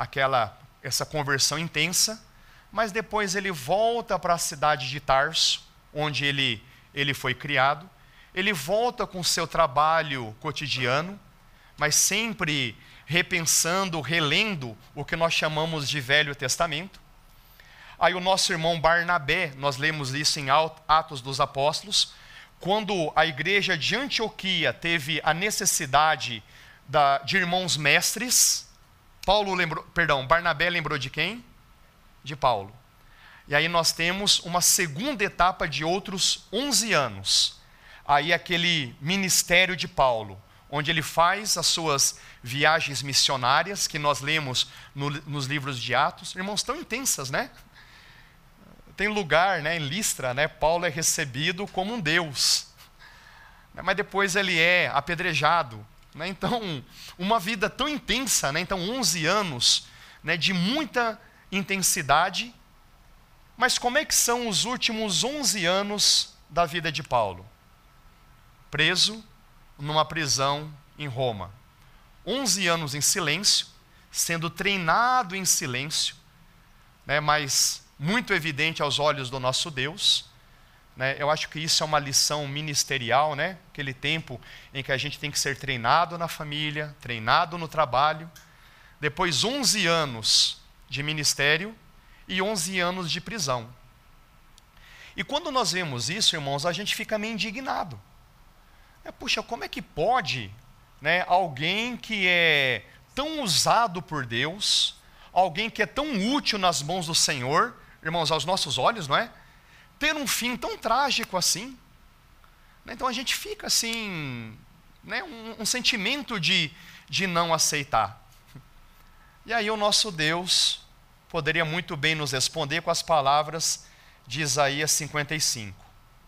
aquela, essa conversão intensa, mas depois ele volta para a cidade de Tarso, onde ele, ele foi criado. Ele volta com o seu trabalho cotidiano, mas sempre repensando, relendo o que nós chamamos de Velho Testamento. Aí o nosso irmão Barnabé, nós lemos isso em Atos dos Apóstolos, quando a igreja de Antioquia teve a necessidade da, de irmãos mestres, Paulo lembrou, perdão, Barnabé lembrou de quem? De Paulo. E aí nós temos uma segunda etapa de outros onze anos. Aí aquele ministério de Paulo, onde ele faz as suas viagens missionárias, que nós lemos no, nos livros de Atos. Irmãos, tão intensas, né? Tem lugar, né, em Listra, né, Paulo é recebido como um deus, mas depois ele é apedrejado, né? Então, uma vida tão intensa, né? Então onze anos, né, de muita intensidade. Mas como é que são os últimos onze anos da vida de Paulo? Preso numa prisão em Roma, onze anos em silêncio, sendo treinado em silêncio, né, mas muito evidente aos olhos do nosso Deus, né? Eu acho que isso é uma lição ministerial, né? Aquele tempo em que a gente tem que ser treinado na família, treinado no trabalho. Depois onze anos de ministério e onze anos de prisão. E quando nós vemos isso, irmãos, a gente fica meio indignado. É, puxa, como é que pode, né, alguém que é tão usado por Deus, alguém que é tão útil nas mãos do Senhor, irmãos, aos nossos olhos, não é? Ter um fim tão trágico assim. Então a gente fica assim, né, um, um sentimento de, de não aceitar. E aí o nosso Deus poderia muito bem nos responder com as palavras de Isaías cinquenta e cinco.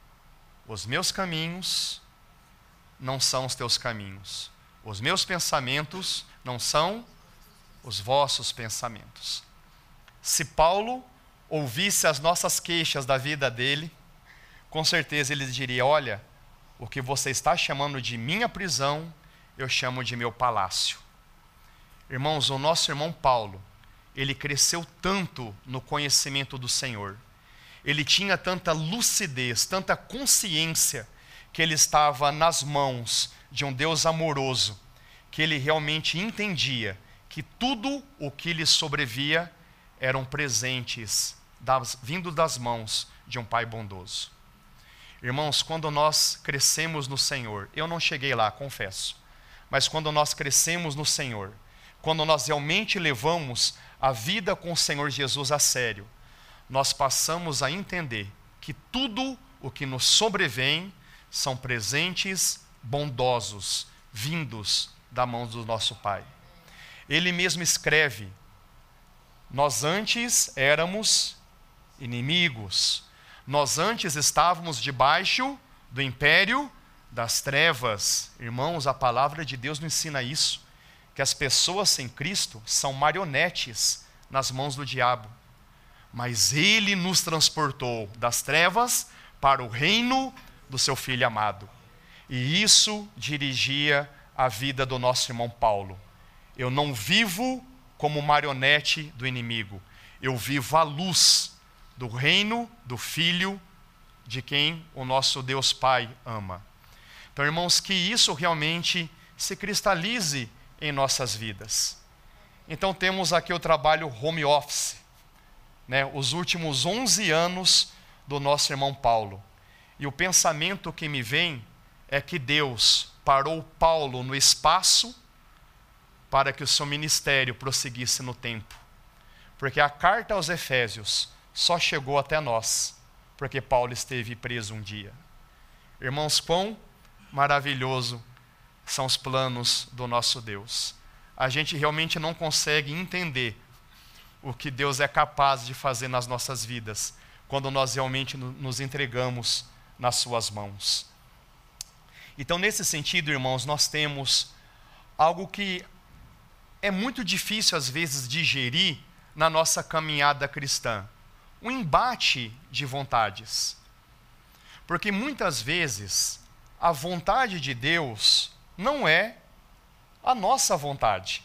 Os meus caminhos não são os teus caminhos. Os meus pensamentos não são os vossos pensamentos. Se Paulo ouvisse as nossas queixas da vida dele, com certeza ele diria: olha, o que você está chamando de minha prisão, eu chamo de meu palácio. Irmãos, o nosso irmão Paulo, ele cresceu tanto no conhecimento do Senhor, ele tinha tanta lucidez, tanta consciência, que ele estava nas mãos de um Deus amoroso, que ele realmente entendia que tudo o que lhe sobrevia eram presentes das, vindo das mãos de um Pai bondoso. Irmãos, quando nós crescemos no Senhor, eu não cheguei lá, confesso, mas quando nós crescemos no Senhor, quando nós realmente levamos a vida com o Senhor Jesus a sério, nós passamos a entender que tudo o que nos sobrevém são presentes bondosos, vindos da mão do nosso Pai. Ele mesmo escreve: nós antes éramos inimigos, nós antes estávamos debaixo do império das trevas. Irmãos, a palavra de Deus nos ensina isso, que as pessoas sem Cristo são marionetes nas mãos do diabo. Mas Ele nos transportou das trevas para o reino do seu Filho amado. E isso dirigia a vida do nosso irmão Paulo. Eu não vivo como marionete do inimigo, eu vivo à luz do reino do Filho de quem o nosso Deus Pai ama. Então, irmãos, que isso realmente se cristalize em nossas vidas. Então temos aqui o trabalho home office, né? Os últimos onze anos do nosso irmão Paulo. E o pensamento que me vem é que Deus parou Paulo no espaço para que o seu ministério prosseguisse no tempo. Porque a carta aos Efésios só chegou até nós porque Paulo esteve preso um dia. Irmãos, quão maravilhoso são os planos do nosso Deus. A gente realmente não consegue entender o que Deus é capaz de fazer nas nossas vidas, quando nós realmente nos entregamos nas suas mãos. Então, nesse sentido, irmãos, nós temos algo que é muito difícil, às vezes, digerir na nossa caminhada cristã. Um embate de vontades. Porque muitas vezes a vontade de Deus não é a nossa vontade.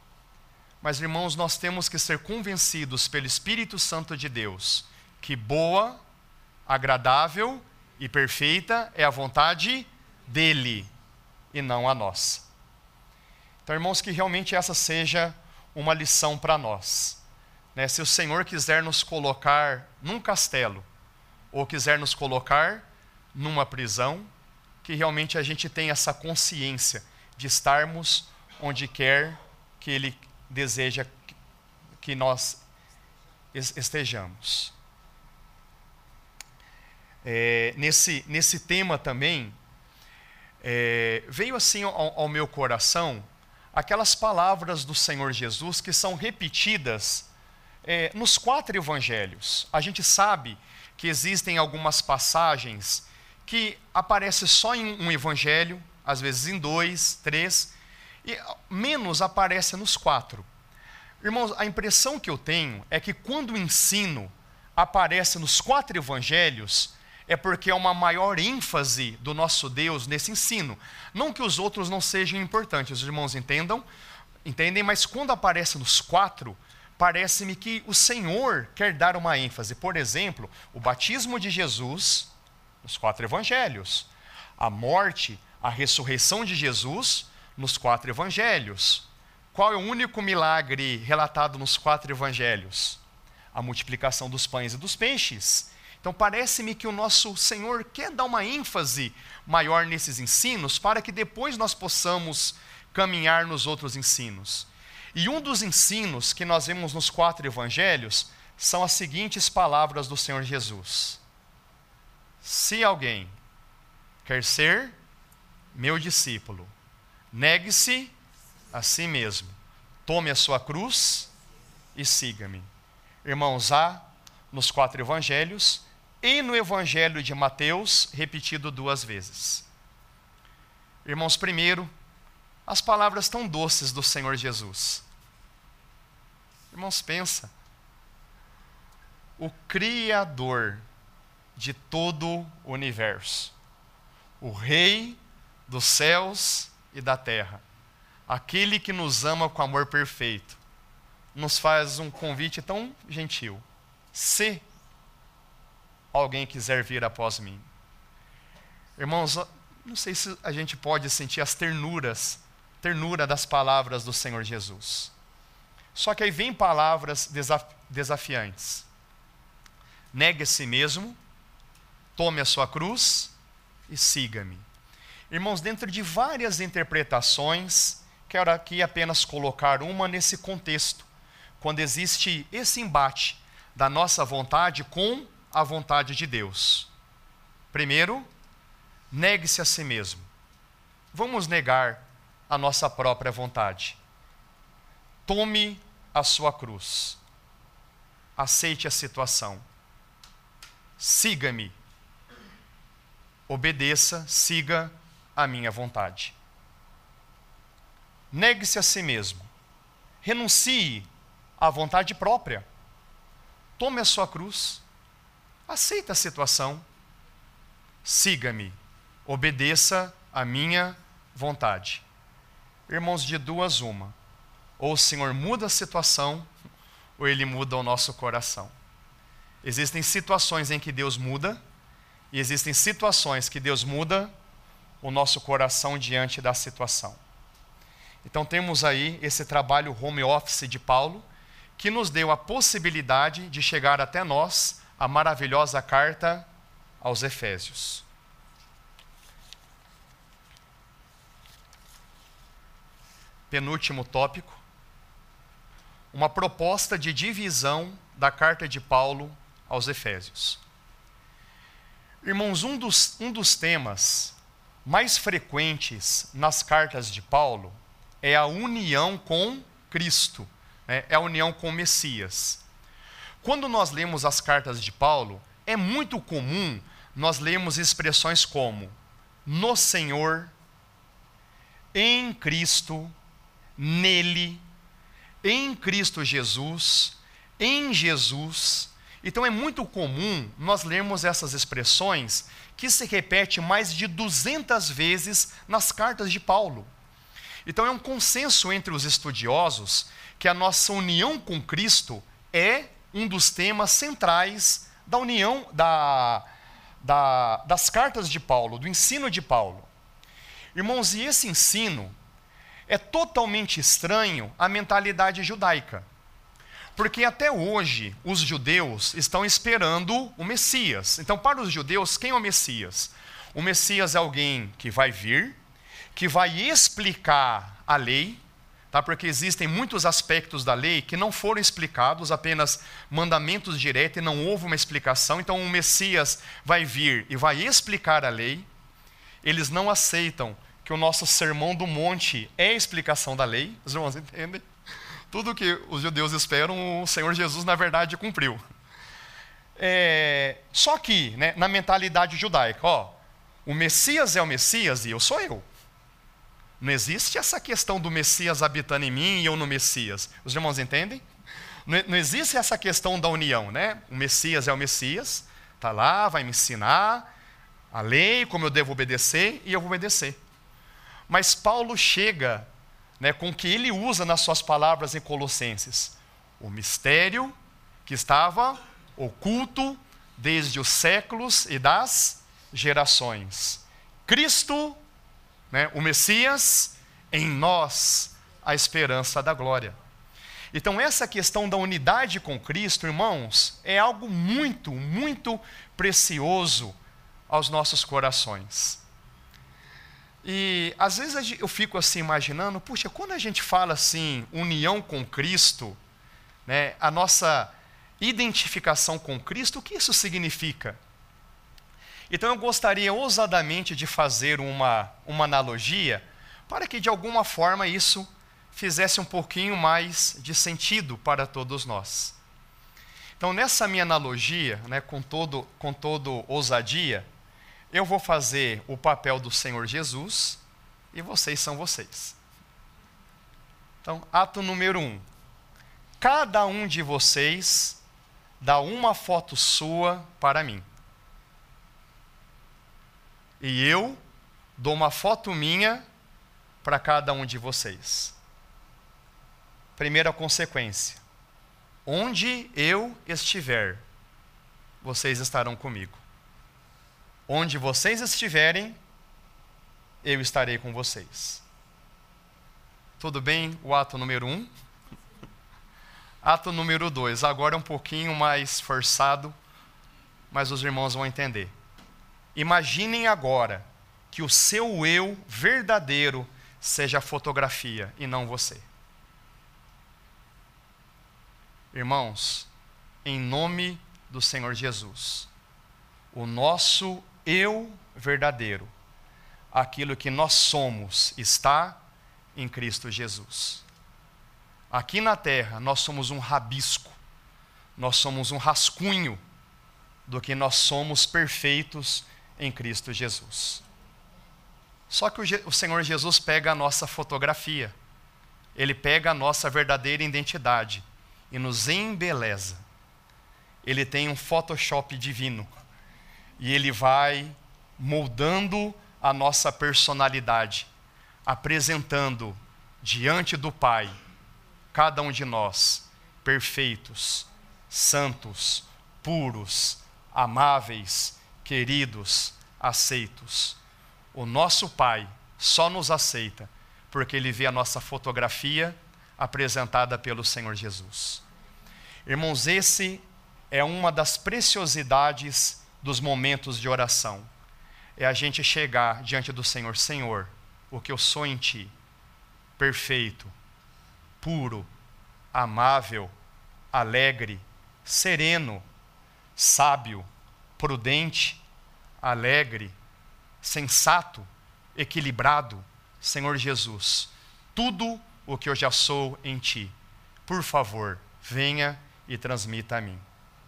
Mas, irmãos, nós temos que ser convencidos pelo Espírito Santo de Deus que boa, agradável e perfeita é a vontade dele e não a nossa. Então, irmãos, que realmente essa seja uma lição para nós. Né? Se o Senhor quiser nos colocar num castelo, ou quiser nos colocar numa prisão, que realmente a gente tenha essa consciência de estarmos onde quer que Ele deseja que nós estejamos. É, nesse, nesse tema também, é, veio assim ao, ao meu coração aquelas palavras do Senhor Jesus que são repetidas é, nos quatro evangelhos. A gente sabe que existem algumas passagens que aparecem só em um evangelho, às vezes em dois, três, e menos aparece nos quatro. Irmãos, a impressão que eu tenho é que quando o ensino aparece nos quatro evangelhos, é porque é uma maior ênfase do nosso Deus nesse ensino. Não que os outros não sejam importantes, os irmãos entendam, entendem, mas quando aparece nos quatro, parece-me que o Senhor quer dar uma ênfase. Por exemplo, o batismo de Jesus, nos quatro evangelhos. A morte, a ressurreição de Jesus, nos quatro evangelhos. Qual é o único milagre relatado nos quatro evangelhos? A multiplicação dos pães e dos peixes. Então parece-me que o nosso Senhor quer dar uma ênfase maior nesses ensinos para que depois nós possamos caminhar nos outros ensinos. E um dos ensinos que nós vemos nos quatro evangelhos são as seguintes palavras do Senhor Jesus: se alguém quer ser meu discípulo, negue-se a si mesmo, tome a sua cruz e siga-me. Irmãos, há nos quatro evangelhos e no evangelho de Mateus, repetido duas vezes. Irmãos, primeiro, as palavras tão doces do Senhor Jesus. Irmãos, pensa. O Criador de todo o universo, o Rei dos céus e da terra, aquele que nos ama com amor perfeito, nos faz um convite tão gentil: se alguém quiser vir após mim. Irmãos, não sei se a gente pode sentir as ternuras, ternura das palavras do Senhor Jesus. Só que aí vem palavras desaf- desafiantes. Negue a si mesmo, tome a sua cruz e siga-me. Irmãos, dentro de várias interpretações, quero aqui apenas colocar uma nesse contexto, quando existe esse embate da nossa vontade com a vontade de Deus. Primeiro, negue-se a si mesmo. Vamos negar a nossa própria vontade. Tome a sua cruz. Aceite a situação. Siga-me. Obedeça, siga a minha vontade. Negue-se a si mesmo. Renuncie à vontade própria. Tome a sua cruz. Aceite a situação. Siga-me. Obedeça a minha vontade. Irmãos, de duas uma. Ou o Senhor muda a situação, ou Ele muda o nosso coração. Existem situações em que Deus muda, e existem situações que Deus muda o nosso coração diante da situação. Então temos aí esse trabalho home office de Paulo, que nos deu a possibilidade de chegar até nós a maravilhosa carta aos Efésios. Penúltimo tópico, uma proposta de divisão da carta de Paulo aos Efésios. Irmãos, um dos, um dos temas mais frequentes nas cartas de Paulo é a união com Cristo, né? É a união com o Messias. Quando nós lemos as cartas de Paulo, é muito comum nós lermos expressões como no Senhor, em Cristo, nele, em Cristo Jesus, em Jesus. Então é muito comum nós lermos essas expressões que se repetem mais de duzentas vezes nas cartas de Paulo. Então é um consenso entre os estudiosos que a nossa união com Cristo é um dos temas centrais da união, da, da, das cartas de Paulo, do ensino de Paulo. Irmãos, e esse ensino é totalmente estranho à mentalidade judaica. Porque até hoje os judeus estão esperando o Messias. Então, para os judeus, quem é o Messias? O Messias é alguém que vai vir, que vai explicar a lei, tá? Porque existem muitos aspectos da lei que não foram explicados, apenas mandamentos diretos e não houve uma explicação. Então, o Messias vai vir e vai explicar a lei. Eles não aceitam que o nosso sermão do monte é a explicação da lei. Os irmãos entendem? Tudo que os judeus esperam, o Senhor Jesus, na verdade, cumpriu. É, só que, né, na mentalidade judaica, ó, o Messias é o Messias e eu sou eu. Não existe essa questão do Messias habitando em mim e eu no Messias. Os irmãos entendem? Não, não existe essa questão da união, né? O Messias é o Messias, está lá, vai me ensinar a lei, como eu devo obedecer, e eu vou obedecer. Mas Paulo chega, né, com o que ele usa nas suas palavras em Colossenses. O mistério que estava oculto desde os séculos e das gerações. Cristo, né, o Messias, em nós, a esperança da glória. Então essa questão da unidade com Cristo, irmãos, é algo muito, muito precioso aos nossos corações. E às vezes eu fico assim imaginando, puxa, quando a gente fala assim, união com Cristo, né, a nossa identificação com Cristo, o que isso significa? Então eu gostaria ousadamente de fazer uma, uma analogia para que de alguma forma isso fizesse um pouquinho mais de sentido para todos nós. Então nessa minha analogia, né, com todo, com todo ousadia, eu vou fazer o papel do Senhor Jesus e vocês são vocês. Então, ato número um. Cada um de vocês dá uma foto sua para mim. E eu dou uma foto minha para cada um de vocês. Primeira consequência. Onde eu estiver, vocês estarão comigo. Onde vocês estiverem, eu estarei com vocês. Tudo bem? O ato número um. Ato número dois. Agora é um pouquinho mais forçado, mas os irmãos vão entender. Imaginem agora que o seu eu verdadeiro seja a fotografia e não você. Irmãos, em nome do Senhor Jesus, o nosso eu verdadeiro, aquilo que nós somos, está em Cristo Jesus. Aqui na terra, nós somos um rabisco, nós somos um rascunho do que nós somos perfeitos em Cristo Jesus. Só que o, Je- o Senhor Jesus pega a nossa fotografia, Ele pega a nossa verdadeira identidade e nos embeleza. Ele tem um Photoshop divino. E Ele vai moldando a nossa personalidade, apresentando diante do Pai, cada um de nós, perfeitos, santos, puros, amáveis, queridos, aceitos. O nosso Pai só nos aceita porque Ele vê a nossa fotografia apresentada pelo Senhor Jesus. Irmãos, esse é uma das preciosidades dos momentos de oração. É a gente chegar diante do Senhor: Senhor, o que eu sou em Ti, perfeito, puro, amável, alegre, sereno, sábio, prudente, alegre, sensato, equilibrado, Senhor Jesus, tudo o que eu já sou em Ti, por favor, venha e transmita a mim.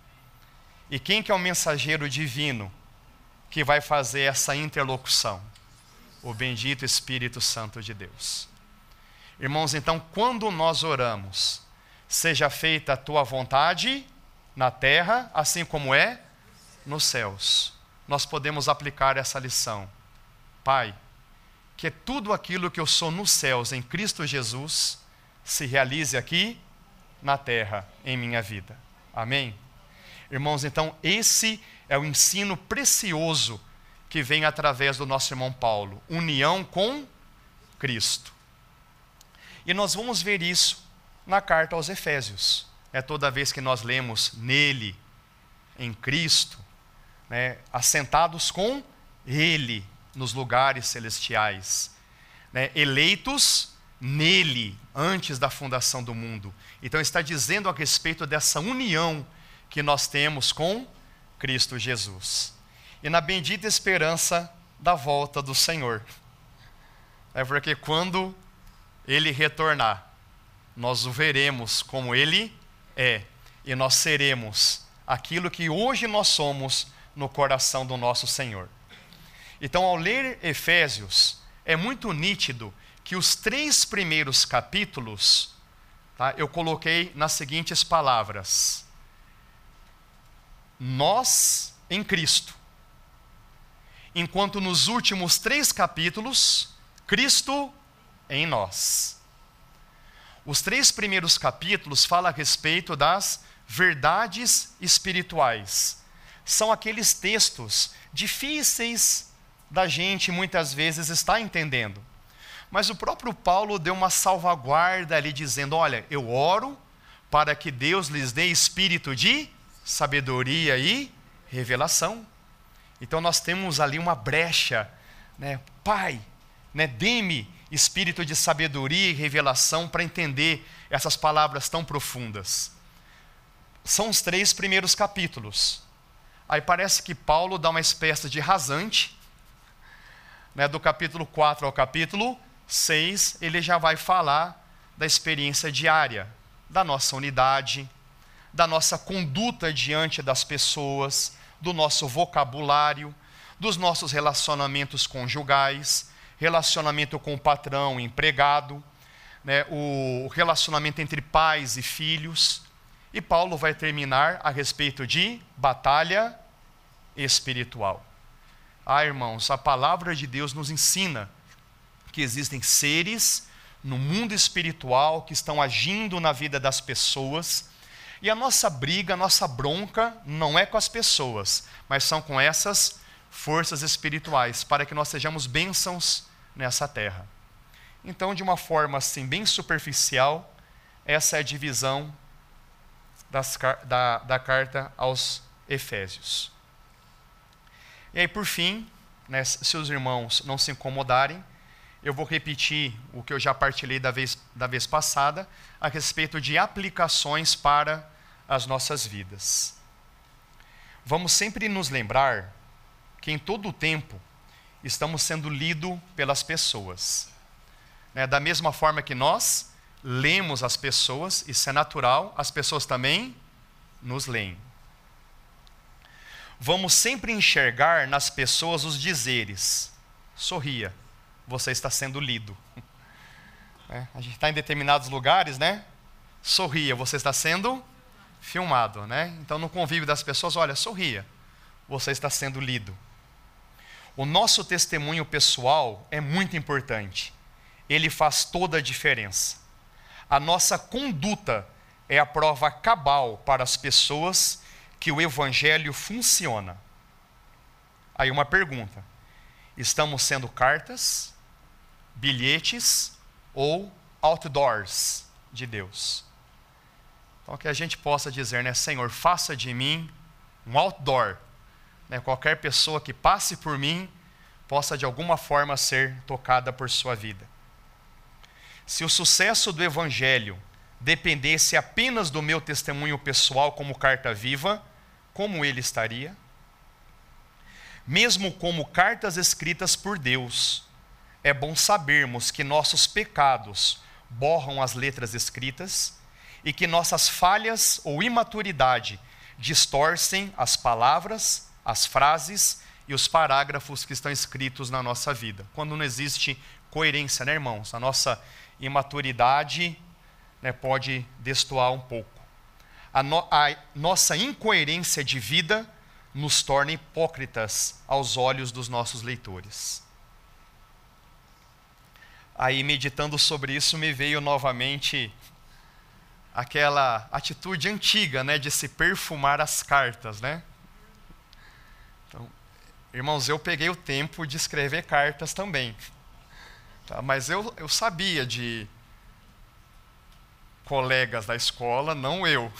E quem que é o mensageiro divino que vai fazer essa interlocução? O bendito Espírito Santo de Deus. Irmãos, então, quando nós oramos, seja feita a Tua vontade na terra, assim como é nos céus, nós podemos aplicar essa lição. Pai, que tudo aquilo que eu sou nos céus em Cristo Jesus se realize aqui na terra, em minha vida. Amém? Irmãos, então esse É o ensino precioso que vem através do nosso irmão Paulo. União com Cristo. E nós vamos ver isso na carta aos Efésios. É toda vez que nós lemos nele, em Cristo, né, assentados com Ele nos lugares celestiais, né, eleitos nele antes da fundação do mundo. Então está dizendo a respeito dessa união que nós temos com Cristo Jesus. E na bendita esperança da volta do Senhor. É porque quando Ele retornar, nós o veremos como Ele é. E nós seremos aquilo que hoje nós somos no coração do nosso Senhor. Então, ao ler Efésios, é muito nítido que os três primeiros capítulos, tá, eu coloquei nas seguintes palavras: nós em Cristo. Enquanto nos últimos três capítulos, Cristo em nós. Os três primeiros capítulos falam a respeito das verdades espirituais. São aqueles textos difíceis da gente muitas vezes estar entendendo. Mas o próprio Paulo deu uma salvaguarda ali dizendo: olha, eu oro para que Deus lhes dê espírito de sabedoria e revelação. Então nós temos ali uma brecha, né? Pai, né, dê-me espírito de sabedoria e revelação para entender essas palavras tão profundas. São os três primeiros capítulos. Aí parece que Paulo dá uma espécie de rasante, né, do capítulo quatro ao capítulo seis, ele já vai falar da experiência diária, da nossa unidade, da nossa conduta diante das pessoas, do nosso vocabulário, dos nossos relacionamentos conjugais, relacionamento com o patrão e empregado, né, o relacionamento entre pais e filhos. E Paulo vai terminar a respeito de batalha espiritual. Ah, irmãos, a palavra de Deus nos ensina que existem seres no mundo espiritual que estão agindo na vida das pessoas. E a nossa briga, a nossa bronca não é com as pessoas, mas são com essas forças espirituais, para que nós sejamos bênçãos nessa terra. Então, de uma forma assim bem superficial, essa é a divisão das, da, da carta aos Efésios. E aí, por fim, né, se os irmãos não se incomodarem, eu vou repetir o que eu já partilhei da vez, da vez passada, a respeito de aplicações para as nossas vidas. Vamos sempre nos lembrar que em todo o tempo estamos sendo lidos pelas pessoas. Né? Da mesma forma que nós lemos as pessoas, isso é natural, as pessoas também nos leem. Vamos sempre enxergar nas pessoas os dizeres: sorria, você está sendo lido. É, a gente está em determinados lugares, né? Sorria, você está sendo filmado, né? Então, no convívio das pessoas, olha, sorria, você está sendo lido. O nosso testemunho pessoal é muito importante. Ele faz toda a diferença. A nossa conduta é a prova cabal para as pessoas que o Evangelho funciona. Aí uma pergunta: estamos sendo cartas, bilhetes ou outdoors de Deus? Então que a gente possa dizer, né, Senhor, faça de mim um outdoor, né, qualquer pessoa que passe por mim possa de alguma forma ser tocada por sua vida. Se o sucesso do Evangelho dependesse apenas do meu testemunho pessoal como carta viva, como ele estaria? Mesmo como cartas escritas por Deus, é bom sabermos que nossos pecados borram as letras escritas e que nossas falhas ou imaturidade distorcem as palavras, as frases e os parágrafos que estão escritos na nossa vida. Quando não existe coerência, né, irmãos? A nossa imaturidade, né, pode destoar um pouco. A, no, a nossa incoerência de vida nos torna hipócritas aos olhos dos nossos leitores. Aí, meditando sobre isso, me veio novamente aquela atitude antiga, né, de se perfumar as cartas, né? Irmãos, eu peguei o tempo de escrever cartas também. Tá? Mas eu, eu sabia de colegas da escola, não eu.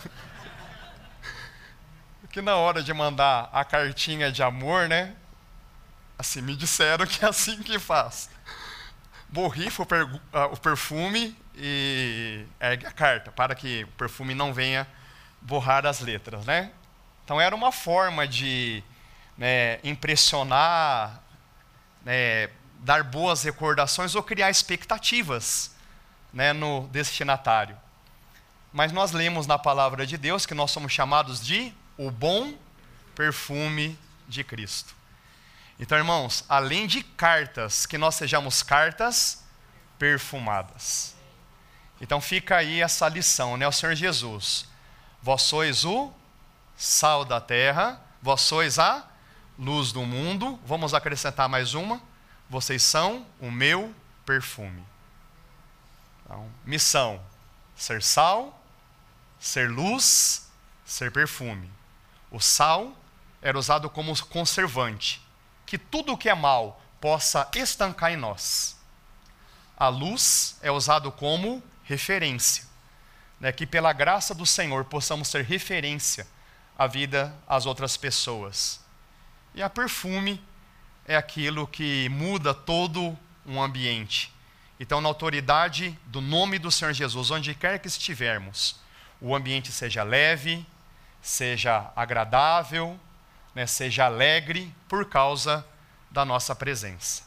Que na hora de mandar a cartinha de amor, né? Assim, me disseram que é assim que faz. Borrifa o, per, o perfume e ergue a carta, para que o perfume não venha borrar as letras, né? Então era uma forma de, né, impressionar, né, dar boas recordações ou criar expectativas, né, no destinatário. Mas nós lemos na palavra de Deus que nós somos chamados de o bom perfume de Cristo. Então, irmãos, além de cartas, que nós sejamos cartas perfumadas. Então fica aí essa lição, né? O Senhor Jesus, vós sois o sal da terra, vós sois a luz do mundo. Vamos acrescentar mais uma. Vocês são o meu perfume. Então, missão: ser sal, ser luz, ser perfume. O sal era usado como conservante, que tudo o que é mal possa estancar em nós. A luz é usado como referência, né, que pela graça do Senhor possamos ser referência à vida às outras pessoas. E a perfume é aquilo que muda todo um ambiente. Então, na autoridade do nome do Senhor Jesus, onde quer que estivermos, o ambiente seja leve, seja agradável, né, seja alegre por causa da nossa presença.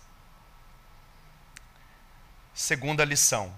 Segunda lição: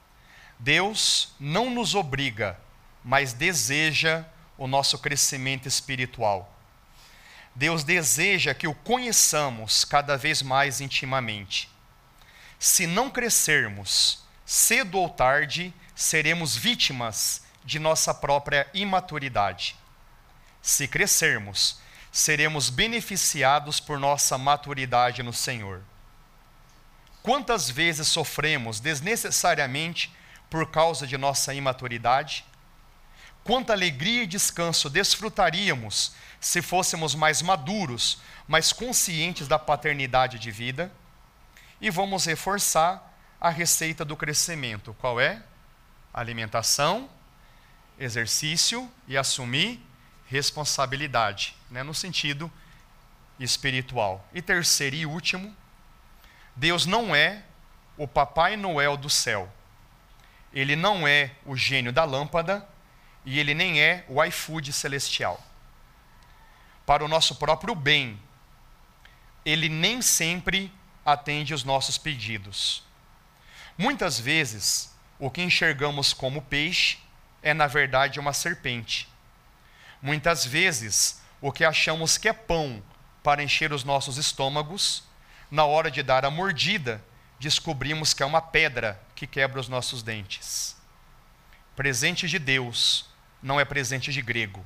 Deus não nos obriga, mas deseja o nosso crescimento espiritual. Deus deseja que o conheçamos cada vez mais intimamente. Se não crescermos, cedo ou tarde, seremos vítimas de nossa própria imaturidade. Se crescermos, seremos beneficiados por nossa maturidade no Senhor. Quantas vezes sofremos desnecessariamente por causa de nossa imaturidade? Quanta alegria e descanso desfrutaríamos se fôssemos mais maduros, mais conscientes da paternidade de vida? E vamos reforçar a receita do crescimento. Qual é? Alimentação, exercício e assumir responsabilidade, né, no sentido espiritual. E terceiro e último, Deus não é o Papai Noel do céu. Ele não é o gênio da lâmpada e ele nem é o iFood celestial. Para o nosso próprio bem, ele nem sempre atende os nossos pedidos. Muitas vezes, o que enxergamos como peixe é, na verdade, uma serpente. Muitas vezes, o que achamos que é pão para encher os nossos estômagos, na hora de dar a mordida, descobrimos que é uma pedra que quebra os nossos dentes. Presente de Deus não é presente de grego.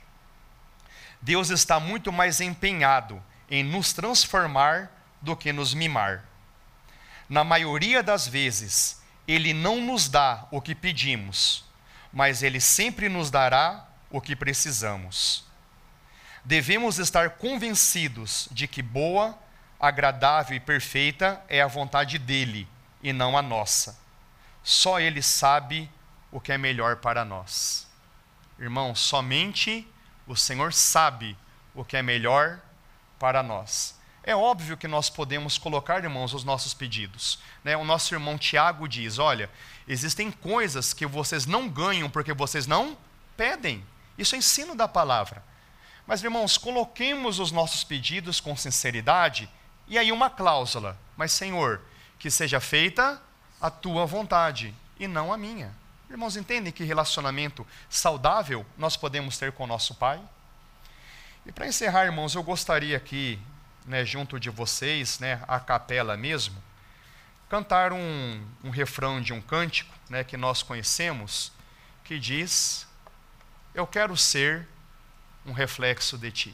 Deus está muito mais empenhado em nos transformar do que nos mimar. Na maioria das vezes, Ele não nos dá o que pedimos, mas Ele sempre nos dará o que precisamos. Devemos estar convencidos de que boa, agradável e perfeita é a vontade dEle e não a nossa. Só Ele sabe o que é melhor para nós. Irmão, somente o Senhor sabe o que é melhor para nós. É óbvio que nós podemos colocar, irmãos, os nossos pedidos, né? O nosso irmão Tiago diz: olha, existem coisas que vocês não ganham porque vocês não pedem. Isso é ensino da palavra. Mas, irmãos, coloquemos os nossos pedidos com sinceridade e aí uma cláusula: mas, Senhor, que seja feita a tua vontade e não a minha. Irmãos, entendem que relacionamento saudável nós podemos ter com o nosso Pai? E para encerrar, irmãos, eu gostaria aqui, né, junto de vocês, né, a capela mesmo, cantar um, um refrão de um cântico, né, que nós conhecemos, que diz: eu quero ser um reflexo de ti.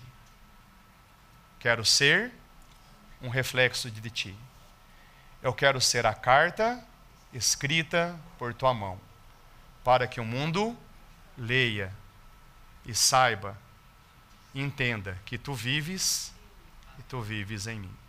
Quero ser um reflexo de ti. Eu quero ser a carta escrita por tua mão, para que o mundo leia e saiba, entenda que tu vives e tu vives em mim.